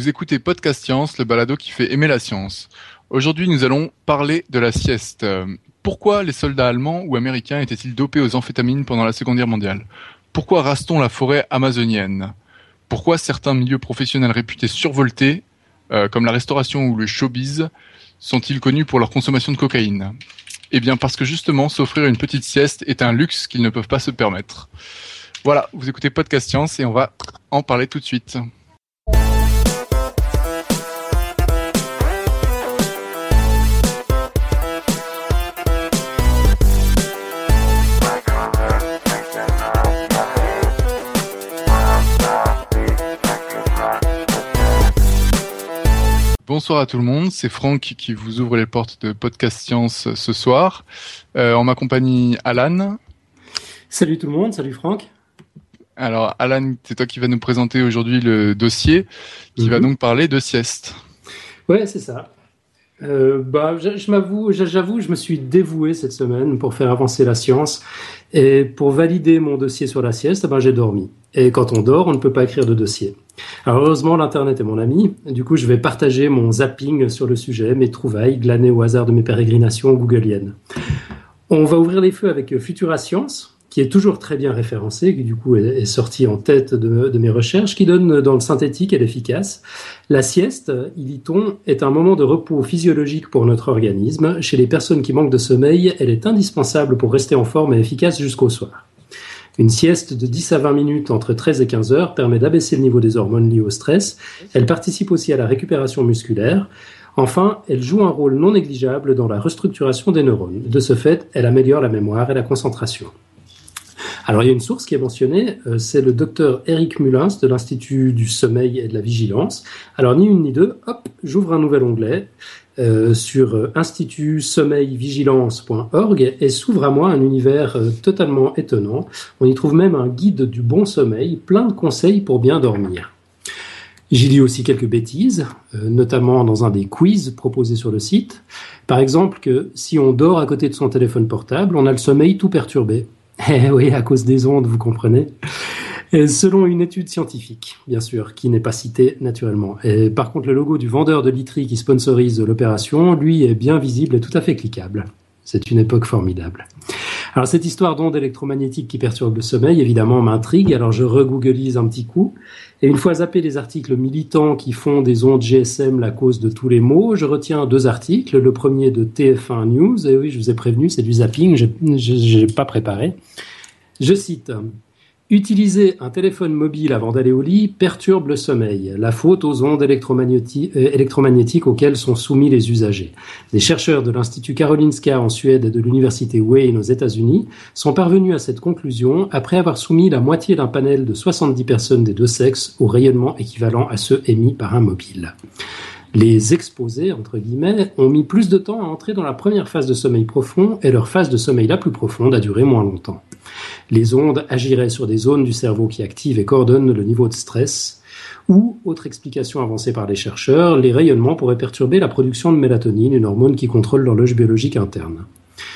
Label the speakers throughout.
Speaker 1: Vous écoutez Podcast Science, le balado qui fait aimer la science. Aujourd'hui, nous allons parler de la sieste. Pourquoi les soldats allemands ou américains étaient-ils dopés aux amphétamines pendant la Seconde Guerre mondiale ? Pourquoi rase-t-on la forêt amazonienne ? Pourquoi certains milieux professionnels réputés survoltés, comme la restauration ou le showbiz, sont-ils connus pour leur consommation de cocaïne ? Eh bien parce que justement, s'offrir une petite sieste est un luxe qu'ils ne peuvent pas se permettre. Voilà, vous écoutez Podcast Science et on va en parler tout de suite. Bonsoir à tout le monde, c'est Franck qui vous ouvre les portes de Podcast Science ce soir. En ma compagnie, Alan.
Speaker 2: Salut tout le monde, salut Franck.
Speaker 1: Alors Alan, c'est toi qui vas nous présenter aujourd'hui le dossier qui va donc parler de sieste.
Speaker 2: Ouais, c'est ça. J'avoue, je me suis dévoué cette semaine pour faire avancer la science et pour valider mon dossier sur la sieste, j'ai dormi. Et quand on dort, on ne peut pas écrire de dossier. Alors heureusement, l'Internet est mon ami. Du coup, je vais partager mon zapping sur le sujet, mes trouvailles glanées au hasard de mes pérégrinations googliennes. On va ouvrir les feux avec Futura Science, qui est toujours très bien référencé, qui du coup est sorti en tête de mes recherches, qui donne dans le synthétique et l'efficace. La sieste, y dit-on, est un moment de repos physiologique pour notre organisme. Chez les personnes qui manquent de sommeil, elle est indispensable pour rester en forme et efficace jusqu'au soir. Une sieste de 10 à 20 minutes entre 13 et 15 heures permet d'abaisser le niveau des hormones liées au stress. Elle participe aussi à la récupération musculaire. Enfin, elle joue un rôle non négligeable dans la restructuration des neurones. De ce fait, elle améliore la mémoire et la concentration. Alors, il y a une source qui est mentionnée, c'est le docteur Eric Mullins de l'Institut du Sommeil et de la Vigilance. Alors, ni une ni deux, hop, j'ouvre un nouvel onglet sur institutsommeilvigilance.org et s'ouvre à moi un univers totalement étonnant. On y trouve même un guide du bon sommeil, plein de conseils pour bien dormir. J'y lis aussi quelques bêtises, notamment dans un des quiz proposés sur le site. Par exemple, que si on dort à côté de son téléphone portable, on a le sommeil tout perturbé. Eh oui, à cause des ondes, vous comprenez. Et selon une étude scientifique, bien sûr, qui n'est pas citée naturellement. Et par contre, le logo du vendeur de literie qui sponsorise l'opération, lui, est bien visible et tout à fait cliquable. C'est une époque formidable. Alors, cette histoire d'ondes électromagnétiques qui perturbent le sommeil, évidemment, m'intrigue. Alors, je re-googleise un petit coup. Et une fois zappé les articles militants qui font des ondes GSM la cause de tous les maux, je retiens 2 articles. Le premier de TF1 News. Et oui, je vous ai prévenu, c'est du zapping. J'ai pas préparé. Je cite. Utiliser un téléphone mobile avant d'aller au lit perturbe le sommeil. La faute aux ondes électromagnétiques auxquelles sont soumis les usagers. Des chercheurs de l'Institut Karolinska en Suède et de l'Université Wayne aux États-Unis sont parvenus à cette conclusion après avoir soumis la moitié d'un panel de 70 personnes des deux sexes au rayonnement équivalent à ceux émis par un mobile. Les exposés, entre guillemets, ont mis plus de temps à entrer dans la première phase de sommeil profond et leur phase de sommeil la plus profonde a duré moins longtemps. Les ondes agiraient sur des zones du cerveau qui activent et coordonnent le niveau de stress. Ou, autre explication avancée par les chercheurs, les rayonnements pourraient perturber la production de mélatonine, une hormone qui contrôle l'horloge biologique interne.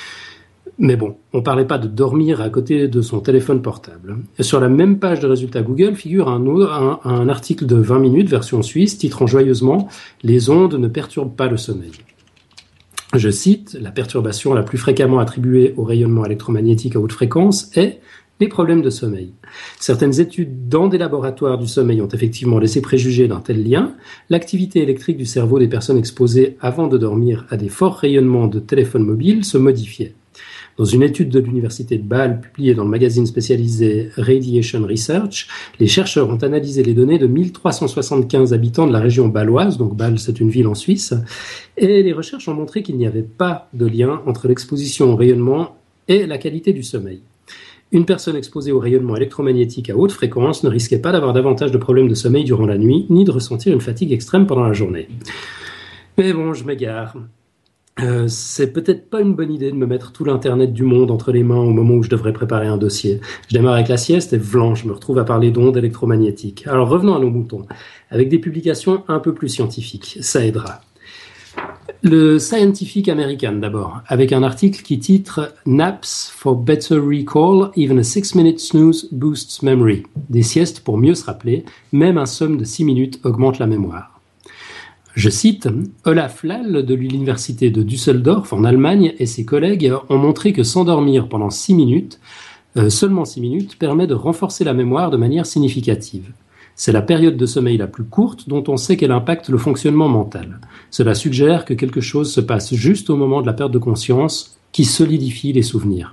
Speaker 2: Mais bon, on ne parlait pas de dormir à côté de son téléphone portable. Et sur la même page de résultats Google figure un article de 20 minutes, version suisse, titrant joyeusement « Les ondes ne perturbent pas le sommeil ». Je cite, la perturbation la plus fréquemment attribuée au rayonnement électromagnétique à haute fréquence est les problèmes de sommeil. Certaines études dans des laboratoires du sommeil ont effectivement laissé préjuger d'un tel lien. L'activité électrique du cerveau des personnes exposées avant de dormir à des forts rayonnements de téléphone mobile se modifiait. Dans une étude de l'université de Bâle publiée dans le magazine spécialisé Radiation Research, les chercheurs ont analysé les données de 1375 habitants de la région bâloise, donc Bâle c'est une ville en Suisse, et les recherches ont montré qu'il n'y avait pas de lien entre l'exposition au rayonnement et la qualité du sommeil. Une personne exposée au rayonnement électromagnétique à haute fréquence ne risquait pas d'avoir davantage de problèmes de sommeil durant la nuit, ni de ressentir une fatigue extrême pendant la journée. Mais bon, je m'égare. C'est peut-être pas une bonne idée de me mettre tout l'internet du monde entre les mains au moment où je devrais préparer un dossier. Je démarre avec la sieste et vlan, je me retrouve à parler d'ondes électromagnétiques. Alors revenons à nos moutons, avec des publications un peu plus scientifiques, ça aidera. Le Scientific American d'abord, avec un article qui titre « Naps for better recall, even a 6-minute snooze boosts memory ». Des siestes pour mieux se rappeler, même un somme de 6 minutes augmente la mémoire. Je cite, Olaf Lall de l'université de Düsseldorf en Allemagne et ses collègues ont montré que s'endormir pendant 6 minutes, seulement 6 minutes, permet de renforcer la mémoire de manière significative. C'est la période de sommeil la plus courte dont on sait qu'elle impacte le fonctionnement mental. Cela suggère que quelque chose se passe juste au moment de la perte de conscience qui solidifie les souvenirs.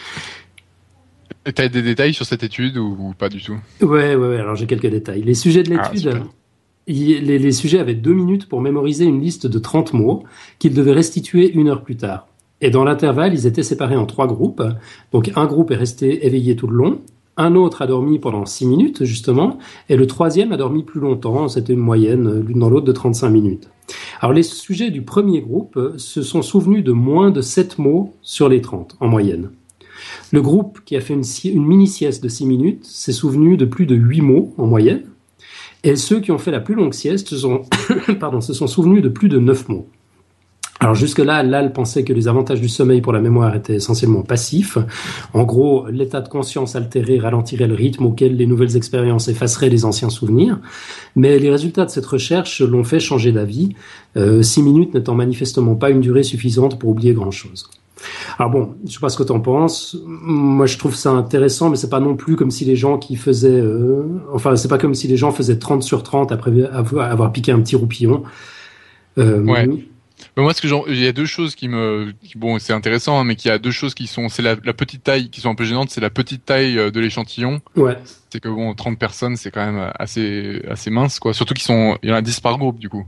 Speaker 1: Et t'as des détails sur cette étude ou pas du tout?
Speaker 2: Ouais, alors j'ai quelques détails. Les sujets de l'étude, les sujets avaient 2 minutes pour mémoriser une liste de 30 mots qu'ils devaient restituer 1 heure plus tard. Et dans l'intervalle, ils étaient séparés en 3 groupes. Donc un groupe est resté éveillé tout le long, un autre a dormi pendant 6 minutes, justement, et le troisième a dormi plus longtemps, c'était une moyenne, l'une dans l'autre, de 35 minutes. Alors les sujets du premier groupe se sont souvenus de moins de 7 mots sur les 30, en moyenne. Le groupe qui a fait une mini-sieste de 6 minutes s'est souvenu de plus de 8 mots, en moyenne, et ceux qui ont fait la plus longue sieste se sont souvenus de plus de 9 mots. Alors jusque-là, Lall pensait que les avantages du sommeil pour la mémoire étaient essentiellement passifs. En gros, l'état de conscience altéré ralentirait le rythme auquel les nouvelles expériences effaceraient les anciens souvenirs. Mais les résultats de cette recherche l'ont fait changer d'avis, 6 minutes n'étant manifestement pas une durée suffisante pour oublier grand-chose. Alors bon, je sais pas ce que t'en penses. Moi, je trouve ça intéressant, mais c'est pas non plus comme si les gens qui faisaient... c'est pas comme si les gens faisaient 30 sur 30 après avoir piqué un petit roupillon.
Speaker 1: Ouais. Mais moi, il y a deux choses bon, c'est intéressant, hein, mais qu'il y a deux choses c'est la petite taille qui sont un peu gênantes, c'est la petite taille de l'échantillon.
Speaker 2: Ouais.
Speaker 1: C'est que bon, 30 personnes, c'est quand même assez mince, quoi. Surtout il y en a 10 par groupe, du coup.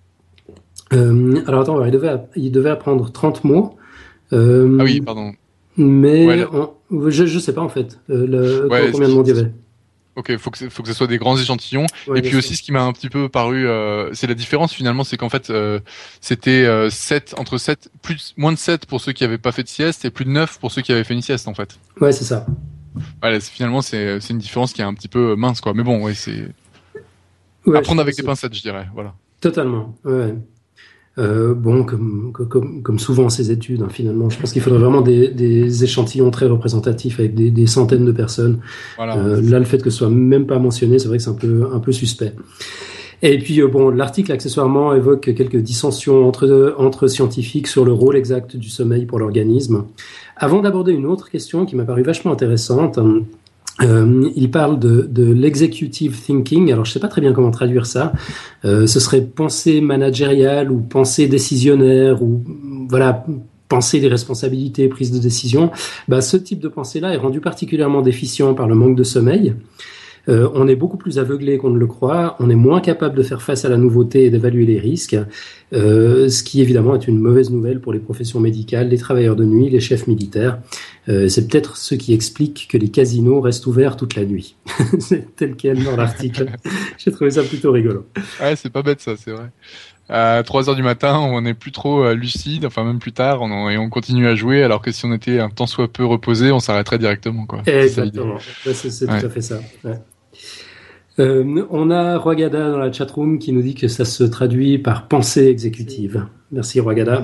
Speaker 2: Alors attends, il devait apprendre 30 mots.
Speaker 1: Ah oui, pardon.
Speaker 2: Mais je sais pas en fait. Combien de mots il y avait.
Speaker 1: Ok, faut que ce soit des grands échantillons. Ouais, et puis aussi, ce qui m'a un petit peu paru, c'est la différence finalement, c'est qu'en fait, c'était moins de 7 pour ceux qui avaient pas fait de sieste et plus de 9 pour ceux qui avaient fait une sieste en fait.
Speaker 2: Ouais, c'est ça.
Speaker 1: Voilà, finalement, c'est une différence qui est un petit peu mince, quoi. Mais bon, ouais, c'est à prendre avec des pincettes, je dirais. Voilà.
Speaker 2: Totalement. Ouais. Bon, comme souvent ces études, hein, finalement, je pense qu'il faudrait vraiment des échantillons très représentatifs avec des centaines de personnes. Voilà. Là, le fait que ce soit même pas mentionné, c'est vrai que c'est un peu suspect. Et puis, l'article accessoirement évoque quelques dissensions entre scientifiques sur le rôle exact du sommeil pour l'organisme. Avant d'aborder une autre question qui m'a paru vachement intéressante, il parle de l'executive thinking. Alors, je sais pas très bien comment traduire ça. Ce serait pensée managériale ou pensée décisionnaire ou voilà, pensée des responsabilités, prise de décision. Ce type de pensée-là est rendu particulièrement déficient par le manque de sommeil. On est beaucoup plus aveuglé qu'on ne le croit, on est moins capable de faire face à la nouveauté et d'évaluer les risques, ce qui évidemment est une mauvaise nouvelle pour les professions médicales, les travailleurs de nuit, les chefs militaires. C'est peut-être ce qui explique que les casinos restent ouverts toute la nuit. C'est tel quel dans l'article. J'ai trouvé ça plutôt rigolo.
Speaker 1: Ouais, c'est pas bête ça, c'est vrai. À 3 heures du matin, on n'est plus trop lucide, enfin même plus tard, et on continue à jouer, alors que si on était un tant soit peu reposé, on s'arrêterait directement, quoi.
Speaker 2: Exactement. C'est tout à fait ça. Ouais. On a Rwagada dans la chatroom qui nous dit que ça se traduit par pensée exécutive. Merci Rwagada.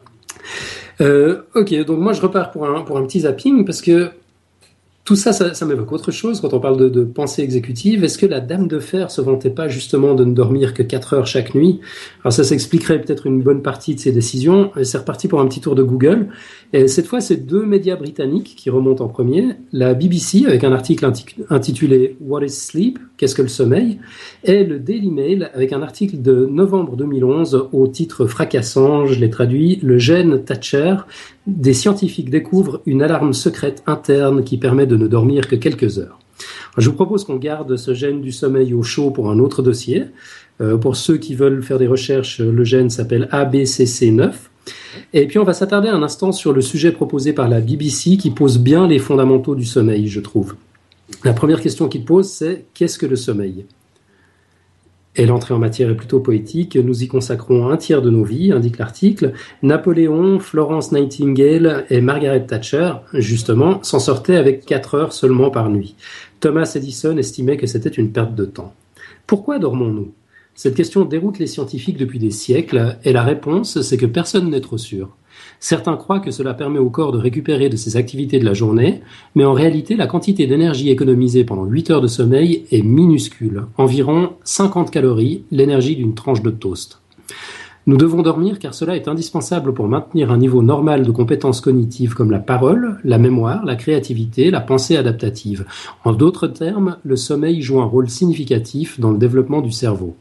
Speaker 2: Ok, donc moi je repars pour un petit zapping parce que tout ça m'évoque autre chose quand on parle de pensée exécutive. Est-ce que la Dame de Fer se vantait pas justement de ne dormir que 4 heures chaque nuit? Alors ça s'expliquerait peut-être une bonne partie de ses décisions. Et c'est reparti pour un petit tour de Google. Et cette fois, c'est 2 médias britanniques qui remontent en premier. La BBC avec un article intitulé What is Sleep? Qu'est-ce que le sommeil? Et le Daily Mail avec un article de novembre 2011 au titre fracassant, je l'ai traduit, le gène Thatcher. Des scientifiques découvrent une alarme secrète interne qui permet de ne dormir que quelques heures. Alors, je vous propose qu'on garde ce gène du sommeil au chaud pour un autre dossier. Pour ceux qui veulent faire des recherches, le gène s'appelle ABCC9. Et puis on va s'attarder un instant sur le sujet proposé par la BBC qui pose bien les fondamentaux du sommeil, je trouve. La première question qu'il pose, c'est « Qu'est-ce que le sommeil ?» Et l'entrée en matière est plutôt poétique. Nous y consacrons un tiers de nos vies, indique l'article. Napoléon, Florence Nightingale et Margaret Thatcher, justement, s'en sortaient avec 4 heures seulement par nuit. Thomas Edison estimait que c'était une perte de temps. Pourquoi dormons-nous ? Cette question déroute les scientifiques depuis des siècles, et la réponse, c'est que personne n'est trop sûr. Certains croient que cela permet au corps de récupérer de ses activités de la journée, mais en réalité, la quantité d'énergie économisée pendant 8 heures de sommeil est minuscule, environ 50 calories, l'énergie d'une tranche de toast. Nous devons dormir car cela est indispensable pour maintenir un niveau normal de compétences cognitives comme la parole, la mémoire, la créativité, la pensée adaptative. En d'autres termes, le sommeil joue un rôle significatif dans le développement du cerveau.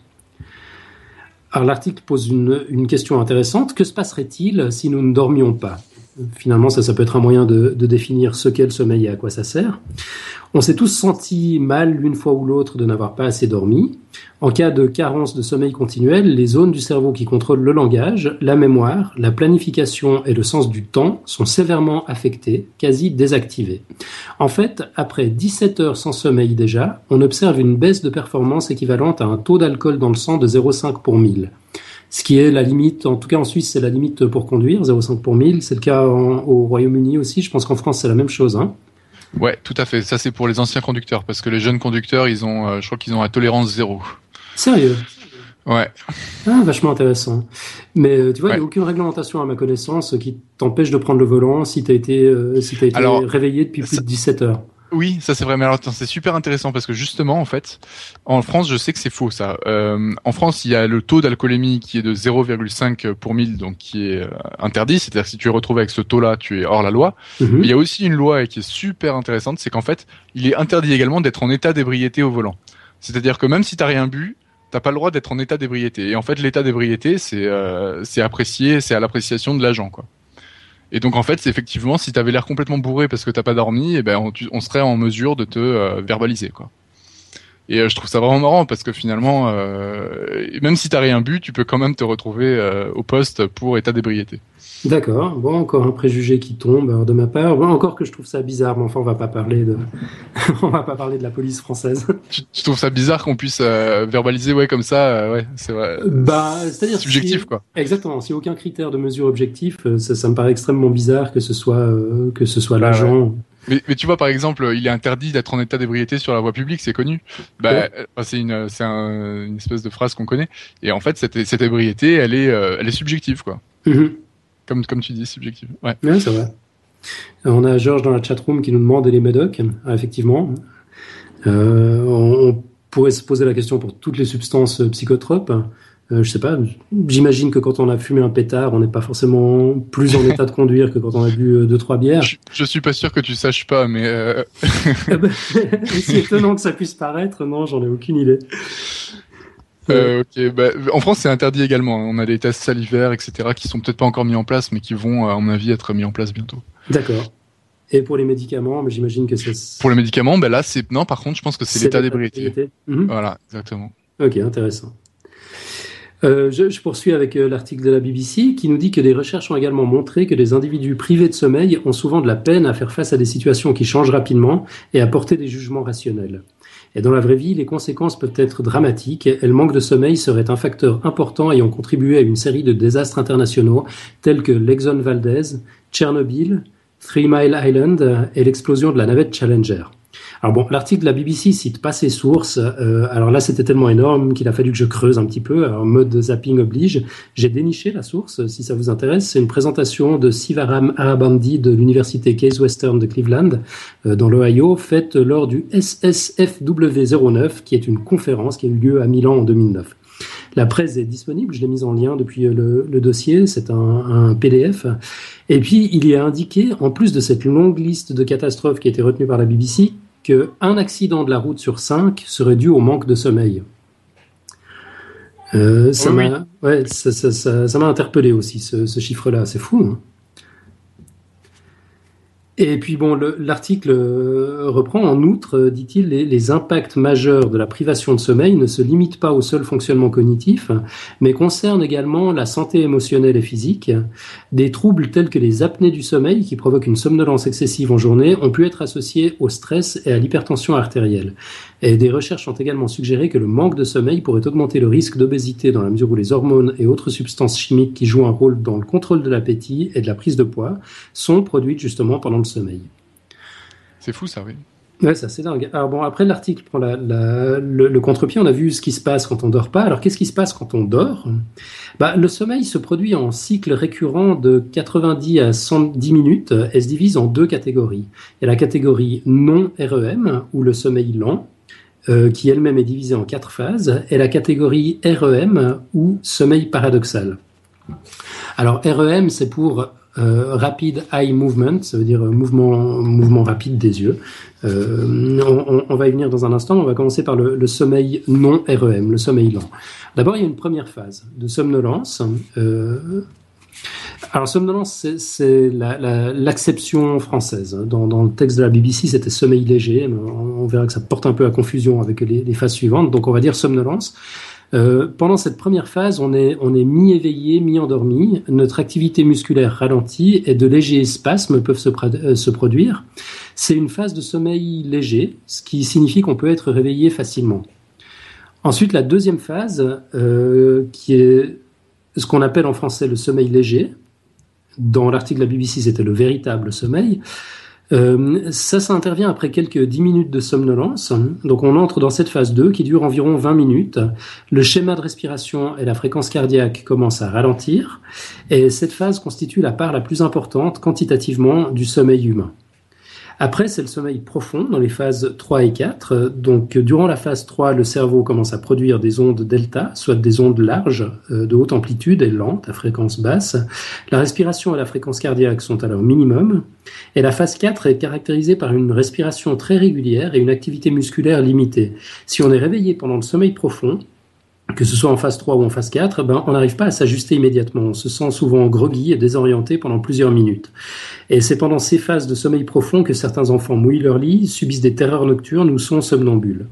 Speaker 2: Alors l'article pose une question intéressante. Que se passerait-il si nous ne dormions pas ? Finalement, ça peut être un moyen de définir ce qu'est le sommeil et à quoi ça sert. On s'est tous sentis mal l'une fois ou l'autre de n'avoir pas assez dormi. En cas de carence de sommeil continuel, les zones du cerveau qui contrôlent le langage, la mémoire, la planification et le sens du temps sont sévèrement affectées, quasi désactivées. En fait, après 17 heures sans sommeil déjà, on observe une baisse de performance équivalente à un taux d'alcool dans le sang de 0,5 pour 1000. Ce qui est la limite, en tout cas en Suisse, c'est la limite pour conduire, 0,5 pour 1000. C'est le cas au Royaume-Uni aussi. Je pense qu'en France, c'est la même chose.
Speaker 1: Ouais, tout à fait. Ça, c'est pour les anciens conducteurs, parce que les jeunes conducteurs, je crois qu'ils ont la tolérance 0.
Speaker 2: Sérieux ?
Speaker 1: Ouais.
Speaker 2: Ah, vachement intéressant. Mais tu vois, il n'y a aucune réglementation à ma connaissance qui t'empêche de prendre le volant si t'as été réveillé depuis plus de 17 heures.
Speaker 1: Oui, ça c'est vrai, mais alors attends, c'est super intéressant parce que justement, en fait, en France, je sais que c'est faux ça. En France, il y a le taux d'alcoolémie qui est de 0,5 pour 1000, donc qui est interdit. C'est-à-dire que si tu es retrouvé avec ce taux-là, tu es hors la loi.
Speaker 2: Mm-hmm.
Speaker 1: Mais il y a aussi une loi qui est super intéressante, c'est qu'en fait, il est interdit également d'être en état d'ébriété au volant. C'est-à-dire que même si t'as rien bu, t'as pas le droit d'être en état d'ébriété. Et en fait, l'état d'ébriété, c'est apprécié, c'est à l'appréciation de l'agent, quoi. Et donc en fait, c'est effectivement, si t'avais l'air complètement bourré parce que t'as pas dormi, eh ben on serait en mesure de te verbaliser, quoi. Et je trouve ça vraiment marrant parce que finalement, même si t'as rien bu, tu peux quand même te retrouver au poste pour état d'ébriété.
Speaker 2: D'accord. Bon, encore un préjugé qui tombe de ma part. Bon, encore que je trouve ça bizarre, mais enfin, on va pas parler de la police française.
Speaker 1: Tu trouves ça bizarre qu'on puisse verbaliser, ouais, comme ça, ouais, c'est vrai.
Speaker 2: C'est-à-dire
Speaker 1: subjectif, quoi.
Speaker 2: Exactement. Si aucun critère de mesure objectif, ça me paraît extrêmement bizarre que ce soit l'agent.
Speaker 1: Ouais. Mais tu vois, par exemple, il est interdit d'être en état d'ébriété sur la voie publique, c'est connu. C'est une espèce de phrase qu'on connaît. Et en fait, cette ébriété, elle est subjective, quoi.
Speaker 2: Mm-hmm.
Speaker 1: Comme tu dis, subjective. Ouais,
Speaker 2: c'est vrai. On a Georges dans la chatroom qui nous demande les médocs. Effectivement. On pourrait se poser la question pour toutes les substances psychotropes. Je sais pas, j'imagine que quand on a fumé un pétard, on n'est pas forcément plus en état de conduire que quand on a bu 2-3 bières.
Speaker 1: Je suis pas sûr que tu saches pas, mais...
Speaker 2: Aussi étonnant que ça puisse paraître, non, j'en ai aucune idée.
Speaker 1: Ok, en France c'est interdit également. On a des tests salivaires, etc., qui sont peut-être pas encore mis en place, mais qui vont, à mon avis, être mis en place bientôt.
Speaker 2: D'accord. Et pour les médicaments, j'imagine que c'est...
Speaker 1: Pour les médicaments, là c'est... Non, par contre, je pense que c'est l'état d'ébriété.
Speaker 2: Mm-hmm.
Speaker 1: Voilà, exactement.
Speaker 2: Ok, intéressant. Je poursuis avec l'article de la BBC qui nous dit que des recherches ont également montré que les individus privés de sommeil ont souvent de la peine à faire face à des situations qui changent rapidement et à porter des jugements rationnels. Et dans la vraie vie, les conséquences peuvent être dramatiques et le manque de sommeil serait un facteur important ayant contribué à une série de désastres internationaux tels que l'Exxon Valdez, Tchernobyl, 3 Mile Island et l'explosion de la navette Challenger. Alors bon, l'article de la BBC cite pas ses sources. Alors là, c'était tellement énorme qu'il a fallu que je creuse un petit peu. Alors, mode zapping oblige. J'ai déniché la source, si ça vous intéresse. C'est une présentation de Sivaram Arabandi de l'université Case Western de Cleveland, dans l'Ohio, faite lors du SSFW 09, qui est une conférence qui a eu lieu à Milan en 2009. La presse est disponible, je l'ai mise en lien depuis le dossier, c'est un PDF. Et puis, il y a indiqué, en plus de cette longue liste de catastrophes qui a été retenue par la BBC, qu'un accident de la route sur 5 serait dû au manque de sommeil. Ça m'a interpellé aussi, ce chiffre-là, c'est fou. Hein. Et puis bon, l'article reprend en outre, dit-il, les impacts majeurs de la privation de sommeil ne se limitent pas au seul fonctionnement cognitif, mais concernent également la santé émotionnelle et physique. Des troubles tels que les apnées du sommeil, qui provoquent une somnolence excessive en journée, ont pu être associés au stress et à l'hypertension artérielle. Et des recherches ont également suggéré que le manque de sommeil pourrait augmenter le risque d'obésité dans la mesure où les hormones et autres substances chimiques qui jouent un rôle dans le contrôle de l'appétit et de la prise de poids sont produites justement pendant le sommeil.
Speaker 1: C'est fou ça, oui.
Speaker 2: Ouais, ça c'est dingue. Alors bon, après l'article prend le contre-pied, on a vu ce qui se passe quand on dort pas. Alors qu'est-ce qui se passe quand on dort ? Le sommeil se produit en cycle récurrent de 90 à 110 minutes et se divise en deux catégories. Il y a la catégorie non REM, ou le sommeil lent, qui elle-même est divisée en 4 phases, est la catégorie REM ou sommeil paradoxal. Alors REM, c'est pour Rapid Eye Movement, ça veut dire mouvement rapide des yeux. On va y venir dans un instant. On va commencer par le sommeil non REM, le sommeil lent. D'abord, il y a une première phase de somnolence. Alors, somnolence, c'est l'acception française. Dans le texte de la BBC, c'était sommeil léger. On verra que ça porte un peu à confusion avec les phases suivantes. Donc, on va dire somnolence. Pendant cette première phase, on est mi-éveillé, mi-endormi. Notre activité musculaire ralentit et de légers spasmes peuvent se produire. C'est une phase de sommeil léger, ce qui signifie qu'on peut être réveillé facilement. Ensuite, la deuxième phase, qui est ce qu'on appelle en français le sommeil léger. Dans l'article de la BBC, c'était le véritable sommeil. Ça intervient après quelques 10 minutes de somnolence. Donc on entre dans cette phase 2 qui dure environ 20 minutes. Le schéma de respiration et la fréquence cardiaque commencent à ralentir. Et cette phase constitue la part la plus importante quantitativement du sommeil humain. Après, c'est le sommeil profond dans les phases 3 et 4. Donc, durant la phase 3, le cerveau commence à produire des ondes delta, soit des ondes larges, de haute amplitude et lentes, à fréquence basse. La respiration et la fréquence cardiaque sont à leur minimum. Et la phase 4 est caractérisée par une respiration très régulière et une activité musculaire limitée. Si on est réveillé pendant le sommeil profond, que ce soit en phase 3 ou en phase 4, on n'arrive pas à s'ajuster immédiatement. On se sent souvent groggy et désorienté pendant plusieurs minutes. Et c'est pendant ces phases de sommeil profond que certains enfants mouillent leur lit, subissent des terreurs nocturnes ou sont somnambules.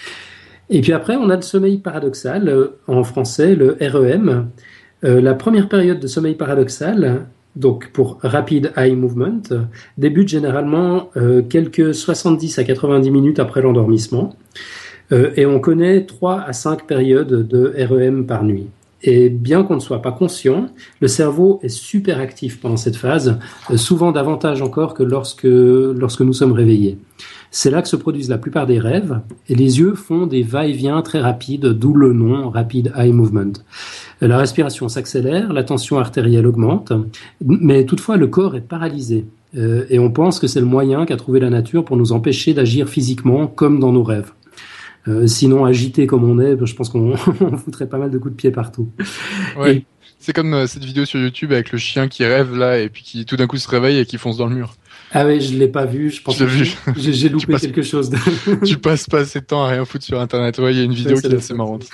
Speaker 2: Et puis après, on a le sommeil paradoxal, en français, le REM. La première période de sommeil paradoxal, donc pour Rapid Eye Movement, débute généralement quelques 70 à 90 minutes après l'endormissement. Et on connaît 3 à 5 périodes de REM par nuit. Et bien qu'on ne soit pas conscient, le cerveau est super actif pendant cette phase, souvent davantage encore que lorsque nous sommes réveillés. C'est là que se produisent la plupart des rêves, et les yeux font des va-et-vient très rapides, d'où le nom Rapid Eye Movement. La respiration s'accélère, la tension artérielle augmente, mais toutefois le corps est paralysé. Et on pense que c'est le moyen qu'a trouvé la nature pour nous empêcher d'agir physiquement comme dans nos rêves. Sinon, agité comme on est, je pense qu'on foutrait pas mal de coups de pied partout.
Speaker 1: Ouais. C'est comme cette vidéo sur YouTube avec le chien qui rêve là et puis qui tout d'un coup se réveille et qui fonce dans le mur.
Speaker 2: Ah ouais, je l'ai pas vu. Je pense que j'ai loupé quelque chose.
Speaker 1: Tu passes pas assez de temps à rien foutre sur Internet. Ouais, il y a une vidéo qui est assez marrante.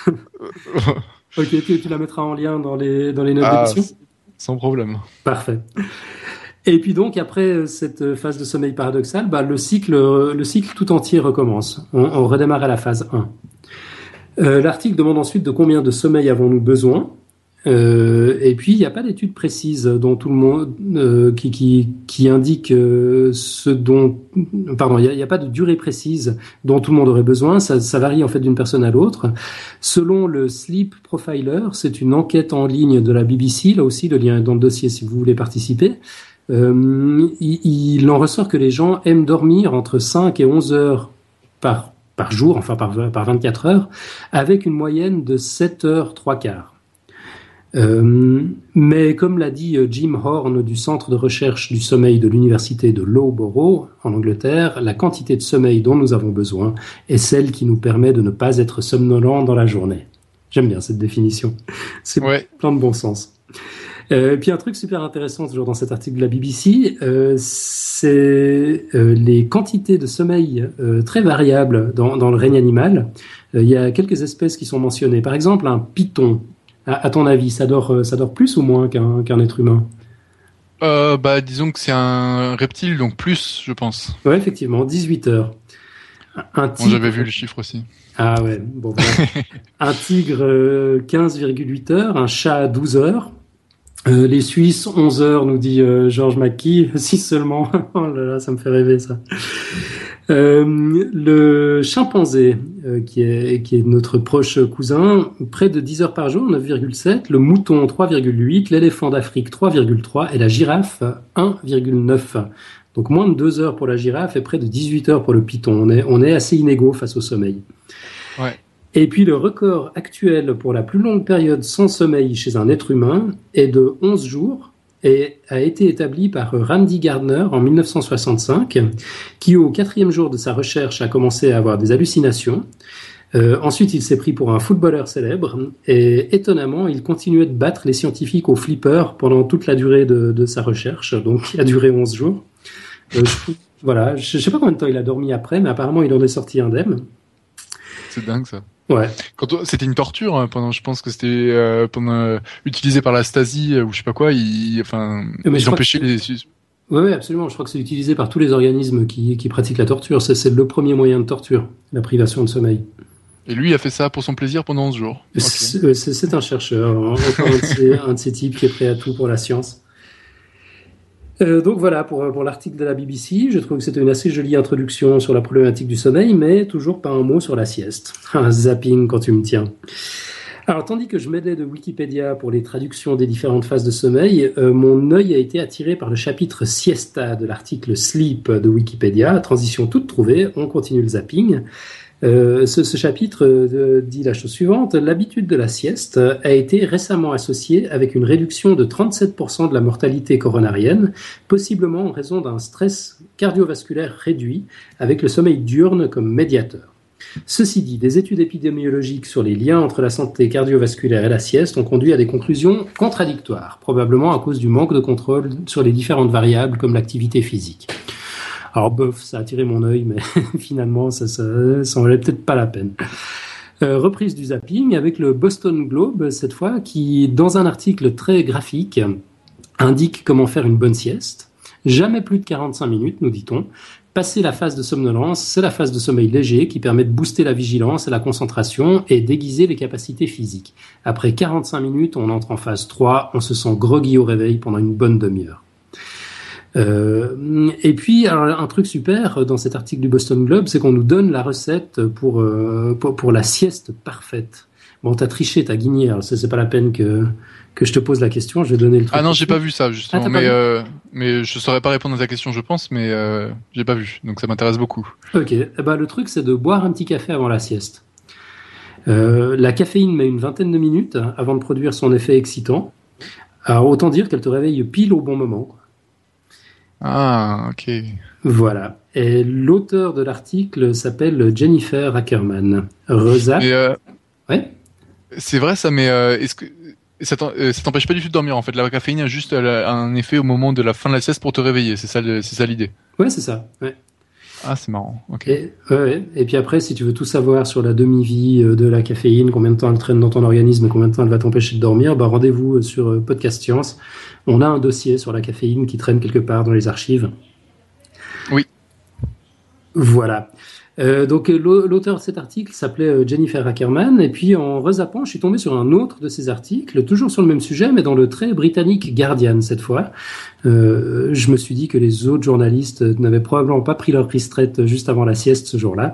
Speaker 2: Ok, tu la mettras en lien dans les notes d'émission.
Speaker 1: Sans problème.
Speaker 2: Parfait. Et puis donc, après cette phase de sommeil paradoxal, le cycle tout entier recommence. On redémarre à la phase 1. L'article demande ensuite de combien de sommeil avons-nous besoin. Et puis, il n'y a pas d'étude précise dont tout le monde qui indique ce dont... Pardon, il n'y a pas de durée précise dont tout le monde aurait besoin. Ça varie en fait d'une personne à l'autre. Selon le Sleep Profiler, c'est une enquête en ligne de la BBC. Là aussi, le lien est dans le dossier si vous voulez participer. Il en ressort que les gens aiment dormir entre 5 et 11 heures par jour, enfin par 24 heures, avec une moyenne de 7 heures 3/4. Mais comme l'a dit Jim Horn du Centre de recherche du sommeil de l'Université de Loughborough en Angleterre, la quantité de sommeil dont nous avons besoin est celle qui nous permet de ne pas être somnolent dans la journée. J'aime bien cette définition. C'est plein de bon sens. Puis un truc super intéressant toujours dans cet article de la BBC, c'est les quantités de sommeil très variables dans le règne animal. Il y a quelques espèces qui sont mentionnées. Par exemple, un python. À ton avis, ça dort plus ou moins qu'un être humain?
Speaker 1: Disons que c'est un reptile, donc plus, je pense.
Speaker 2: Ouais, effectivement, 18 heures. Un tigre...
Speaker 1: Bon, j'avais vu le chiffre aussi.
Speaker 2: Ah ouais, bon voilà. Un tigre, 15,8 heures, un chat, 12 heures. Les Suisses, 11 heures, nous dit George McKee, si seulement. Oh là là, ça me fait rêver ça. Le chimpanzé, qui est notre proche cousin, près de 10 heures par jour, 9,7. Le mouton, 3,8. L'éléphant d'Afrique, 3,3. Et la girafe, 1,9. Donc moins de 2 heures pour la girafe et près de 18 heures pour le python. On est assez inégaux face au sommeil.
Speaker 1: Ouais.
Speaker 2: Et puis le record actuel pour la plus longue période sans sommeil chez un être humain est de 11 jours et a été établi par Randy Gardner en 1965, qui au 4e jour de sa recherche a commencé à avoir des hallucinations. Ensuite, il s'est pris pour un footballeur célèbre et étonnamment, il continuait de battre les scientifiques au flipper pendant toute la durée de sa recherche, donc qui a duré 11 jours. Voilà, je sais pas combien de temps il a dormi après, mais apparemment il en est sorti indemne.
Speaker 1: C'est dingue ça.
Speaker 2: Ouais.
Speaker 1: C'était une torture hein, pendant, je pense que c'était utilisé par la Stasi ou je sais pas quoi. Ils empêchaient les.
Speaker 2: Oui, absolument. Je crois que c'est utilisé par tous les organismes qui pratiquent la torture. C'est le premier moyen de torture, la privation de sommeil.
Speaker 1: Et lui, il a fait ça pour son plaisir pendant 11 jours.
Speaker 2: Okay. C'est un chercheur, encore un de ces types qui est prêt à tout pour la science. Donc voilà pour l'article de la BBC. Je trouve que c'était une assez jolie introduction sur la problématique du sommeil, mais toujours pas un mot sur la sieste. Un zapping quand tu me tiens. Alors, tandis que je m'aidais de Wikipédia pour les traductions des différentes phases de sommeil, mon œil a été attiré par le chapitre siesta de l'article Sleep de Wikipédia. Transition toute trouvée, on continue le zapping. Ce chapitre dit la chose suivante. L'habitude de la sieste a été récemment associée avec une réduction de 37% de la mortalité coronarienne, possiblement en raison d'un stress cardiovasculaire réduit, avec le sommeil diurne comme médiateur. Ceci dit, des études épidémiologiques sur les liens entre la santé cardiovasculaire et la sieste ont conduit à des conclusions contradictoires, probablement à cause du manque de contrôle sur les différentes variables comme l'activité physique. Alors bof, ça a attiré mon œil, mais finalement, ça en valait peut-être pas la peine. Reprise du zapping avec le Boston Globe, cette fois, qui, dans un article très graphique, indique comment faire une bonne sieste. Jamais plus de 45 minutes, nous dit-on. Passer la phase de somnolence, c'est la phase de sommeil léger qui permet de booster la vigilance et la concentration et d'aiguiser les capacités physiques. Après 45 minutes, on entre en phase 3, on se sent groggy au réveil pendant une bonne demi-heure. Et puis, alors, un truc super dans cet article du Boston Globe, c'est qu'on nous donne la recette pour la sieste parfaite. Bon, t'as triché, t'as guigné, alors c'est pas la peine que je te pose la question, je vais donner le truc.
Speaker 1: Ah non, j'ai pas vu ça, justement, mais je saurais pas répondre à ta question, je pense, mais j'ai pas vu, donc ça m'intéresse beaucoup.
Speaker 2: Ok, le truc, c'est de boire un petit café avant la sieste. La caféine met une vingtaine de minutes avant de produire son effet excitant. Alors, autant dire qu'elle te réveille pile au bon moment.
Speaker 1: Ah, ok.
Speaker 2: Voilà. Et l'auteur de l'article s'appelle Jennifer Ackerman. Rezap. Ouais.
Speaker 1: C'est vrai ça, mais est-ce que ça t'empêche pas du tout de dormir en fait? La caféine a juste un effet au moment de la fin de la sieste pour te réveiller. C'est ça l'idée.
Speaker 2: Ouais, c'est ça. Ouais.
Speaker 1: Ah, c'est marrant. Ok.
Speaker 2: Et puis après, si tu veux tout savoir sur la demi-vie de la caféine, combien de temps elle traîne dans ton organisme et combien de temps elle va t'empêcher de dormir, rendez-vous sur Podcast Science. On a un dossier sur la caféine qui traîne quelque part dans les archives.
Speaker 1: Oui.
Speaker 2: Voilà. Donc l'auteur de cet article s'appelait Jennifer Ackerman, et puis en rezappant, je suis tombé sur un autre de ses articles, toujours sur le même sujet, mais dans le très britannique Guardian cette fois. Je me suis dit que les autres journalistes n'avaient probablement pas pris leur retraite juste avant la sieste ce jour-là,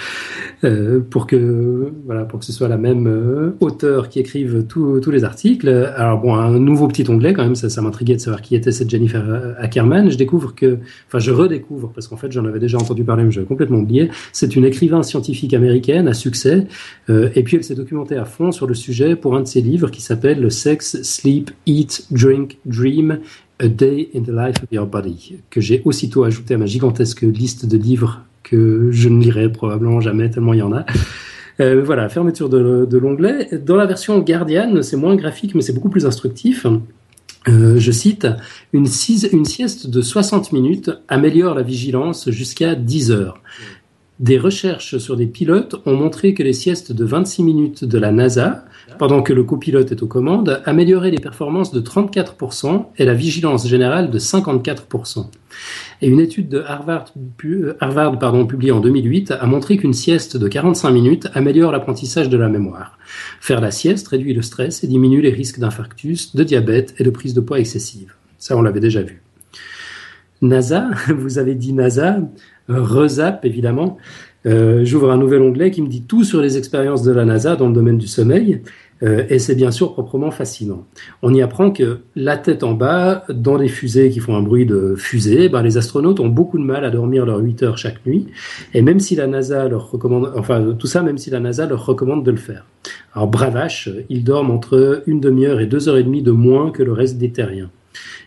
Speaker 2: pour que ce soit la même auteur qui écrive tous les articles. Alors bon, un nouveau petit onglet quand même, ça m'intriguait de savoir qui était cette Jennifer Ackerman. Je redécouvre, parce qu'en fait j'en avais déjà entendu parler, mais j'avais complètement oublié. C'est une écrivain scientifique américaine à succès, et puis elle s'est documentée à fond sur le sujet pour un de ses livres qui s'appelle le Sex, Sleep, Eat, Drink, Dream, A Day in the Life of Your Body, que j'ai aussitôt ajouté à ma gigantesque liste de livres que je ne lirai probablement jamais tellement il y en a. Voilà, fermeture de l'onglet. Dans la version Guardian, c'est moins graphique, mais c'est beaucoup plus instructif. Je cite, une sieste de 60 minutes améliore la vigilance jusqu'à 10 heures. Des recherches sur des pilotes ont montré que les siestes de 26 minutes de la NASA, pendant que le copilote est aux commandes, amélioraient les performances de 34% et la vigilance générale de 54%. Et une étude de Harvard publiée en 2008 a montré qu'une sieste de 45 minutes améliore l'apprentissage de la mémoire. Faire la sieste réduit le stress et diminue les risques d'infarctus, de diabète et de prise de poids excessive. Ça, on l'avait déjà vu. NASA, vous avez dit NASA, Rezap évidemment. J'ouvre un nouvel onglet qui me dit tout sur les expériences de la NASA dans le domaine du sommeil, et c'est bien sûr proprement fascinant. On y apprend que la tête en bas, dans les fusées qui font un bruit de fusée, les astronautes ont beaucoup de mal à dormir leurs 8 heures chaque nuit, et même si la NASA leur recommande, même si la NASA leur recommande de le faire. Alors bravache, ils dorment entre une demi-heure et 2 heures et demie de moins que le reste des terriens.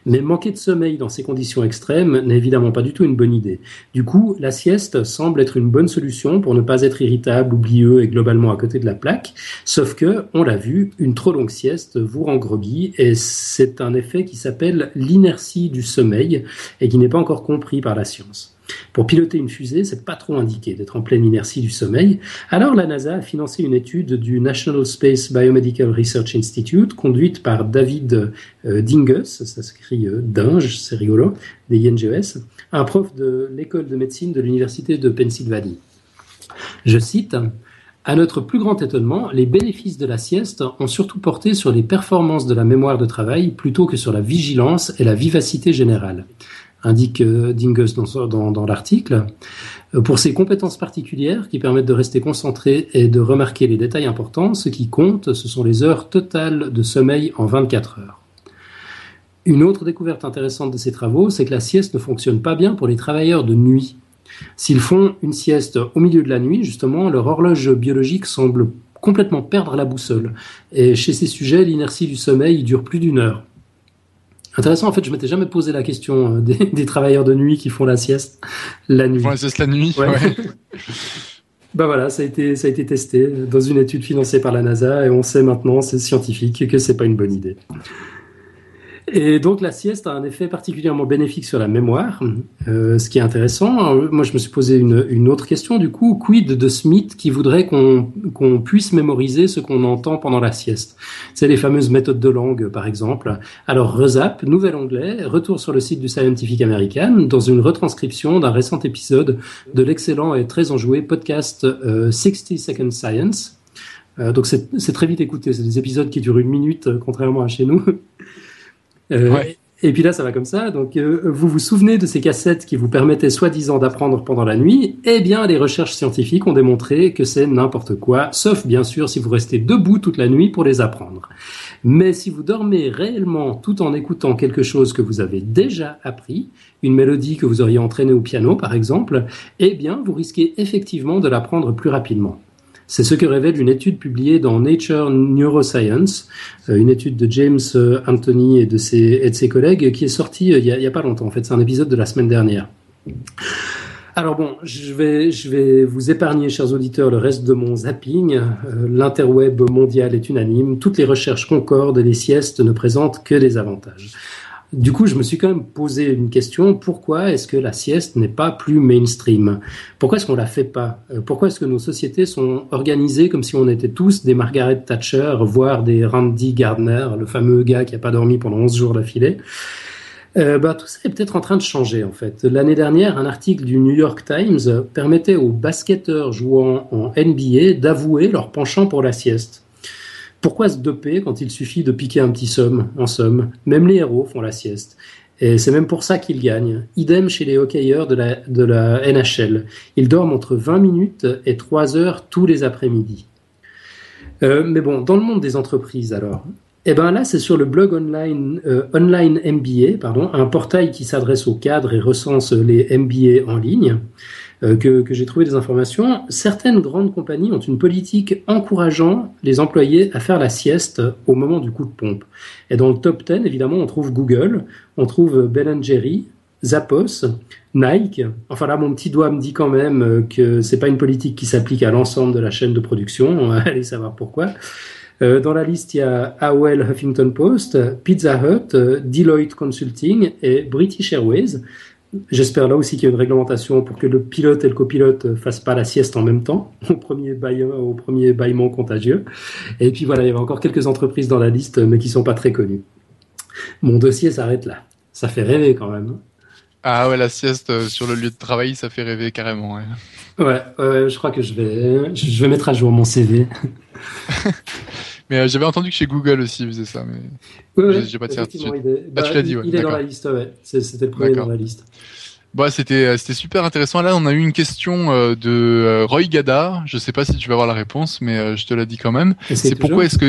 Speaker 2: Mais manquer de sommeil dans ces conditions extrêmes n'est évidemment pas du tout une bonne idée. Du coup, la sieste semble être une bonne solution pour ne pas être irritable, oublieux et globalement à côté de la plaque. Sauf que, on l'a vu, une trop longue sieste vous rend groggy et c'est un effet qui s'appelle l'inertie du sommeil et qui n'est pas encore compris par la science. Pour piloter une fusée, c'est pas trop indiqué d'être en pleine inertie du sommeil. Alors la NASA a financé une étude du National Space Biomedical Research Institute conduite par David Dinges, ça s'écrit Dinge, c'est rigolo, D-I-N-G-E-S, un prof de l'école de médecine de l'université de Pennsylvanie. Je cite: à notre plus grand étonnement, les bénéfices de la sieste ont surtout porté sur les performances de la mémoire de travail plutôt que sur la vigilance et la vivacité générale, indique Dinges dans l'article. Pour ses compétences particulières qui permettent de rester concentré et de remarquer les détails importants, ce qui compte, ce sont les heures totales de sommeil en 24 heures. Une autre découverte intéressante de ces travaux, c'est que la sieste ne fonctionne pas bien pour les travailleurs de nuit. S'ils font une sieste au milieu de la nuit, justement, leur horloge biologique semble complètement perdre la boussole. Et chez ces sujets, l'inertie du sommeil dure plus d'1 heure. Intéressant, en fait, je m'étais jamais posé la question des travailleurs de nuit qui font la sieste la nuit.
Speaker 1: Ils font la sieste la nuit, ouais.
Speaker 2: Bah voilà, ça a été testé dans une étude financée par la NASA et on sait maintenant, c'est scientifique, que c'est pas une bonne idée. Et donc la sieste a un effet particulièrement bénéfique sur la mémoire, ce qui est intéressant. Alors, moi, je me suis posé une autre question du coup. Quid de Smith qui voudrait qu'on puisse mémoriser ce qu'on entend pendant la sieste? C'est les fameuses méthodes de langue, par exemple. Alors Rezap, nouvel onglet, retour sur le site du Scientific American dans une retranscription d'un récent épisode de l'excellent et très enjoué podcast 60 Second Science. Donc c'est très vite écouté. C'est des épisodes qui durent 1 minute, contrairement à chez nous.
Speaker 1: Ouais.
Speaker 2: Et puis là, ça va comme ça. Donc, vous vous souvenez de ces cassettes qui vous permettaient soi-disant d'apprendre pendant la nuit? Eh bien, les recherches scientifiques ont démontré que c'est n'importe quoi, sauf bien sûr si vous restez debout toute la nuit pour les apprendre. Mais si vous dormez réellement tout en écoutant quelque chose que vous avez déjà appris, une mélodie que vous auriez entraînée au piano par exemple, eh bien, vous risquez effectivement de l'apprendre plus rapidement. C'est ce que révèle une étude publiée dans Nature Neuroscience, une étude de James Anthony et de ses collègues qui est sortie il y a pas longtemps. En fait, c'est un épisode de la semaine dernière. Alors bon, je vais vous épargner, chers auditeurs, le reste de mon zapping. L'interweb mondial est unanime. Toutes les recherches concordent et les siestes ne présentent que des avantages. Du coup, je me suis quand même posé une question. Pourquoi est-ce que la sieste n'est pas plus mainstream? Pourquoi est-ce qu'on la fait pas? Pourquoi est-ce que nos sociétés sont organisées comme si on était tous des Margaret Thatcher, voire des Randy Gardner, le fameux gars qui a pas dormi pendant 11 jours d'affilée? Tout ça est peut-être en train de changer, en fait. L'année dernière, un article du New York Times permettait aux basketteurs jouant en NBA d'avouer leur penchant pour la sieste. Pourquoi se doper quand il suffit de piquer un petit somme, en somme? Même les héros font la sieste. Et c'est même pour ça qu'ils gagnent. Idem chez les hockeyeurs de la NHL. Ils dorment entre 20 minutes et 3 heures tous les après-midi. Mais bon, dans le monde des entreprises alors, eh ben là, c'est sur le blog online MBA, un portail qui s'adresse aux cadres et recense les MBA en ligne, que j'ai trouvé des informations. Certaines grandes compagnies ont une politique encourageant les employés à faire la sieste au moment du coup de pompe. Et dans le top 10, évidemment, on trouve Google, on trouve Ben & Jerry, Zappos, Nike. Enfin là, mon petit doigt me dit quand même que c'est pas une politique qui s'applique à l'ensemble de la chaîne de production. Allez savoir pourquoi. Dans la liste, il y a AOL Huffington Post, Pizza Hut, Deloitte Consulting et British Airways. J'espère là aussi qu'il y a une réglementation pour que le pilote et le copilote fassent pas la sieste en même temps, au premier bâillement contagieux. Et puis voilà, il y avait encore quelques entreprises dans la liste, mais qui sont pas très connues. Mon dossier s'arrête là. Ça fait rêver quand même.
Speaker 1: Ah ouais, la sieste sur le lieu de travail, ça fait rêver carrément.
Speaker 2: Ouais, je crois que je vais mettre à jour mon CV.
Speaker 1: Mais j'avais entendu que chez Google aussi ils faisaient ça, mais j'ai pas de certitude. Tu l'as dit, ouais.
Speaker 2: Il est dans la liste, ouais. C'était le premier dans la liste.
Speaker 1: Bon, c'était super intéressant. Là, on a eu une question de Roy Gadar. Je sais pas si tu vas avoir la réponse, mais je te la dis quand même. C'est pourquoi est-ce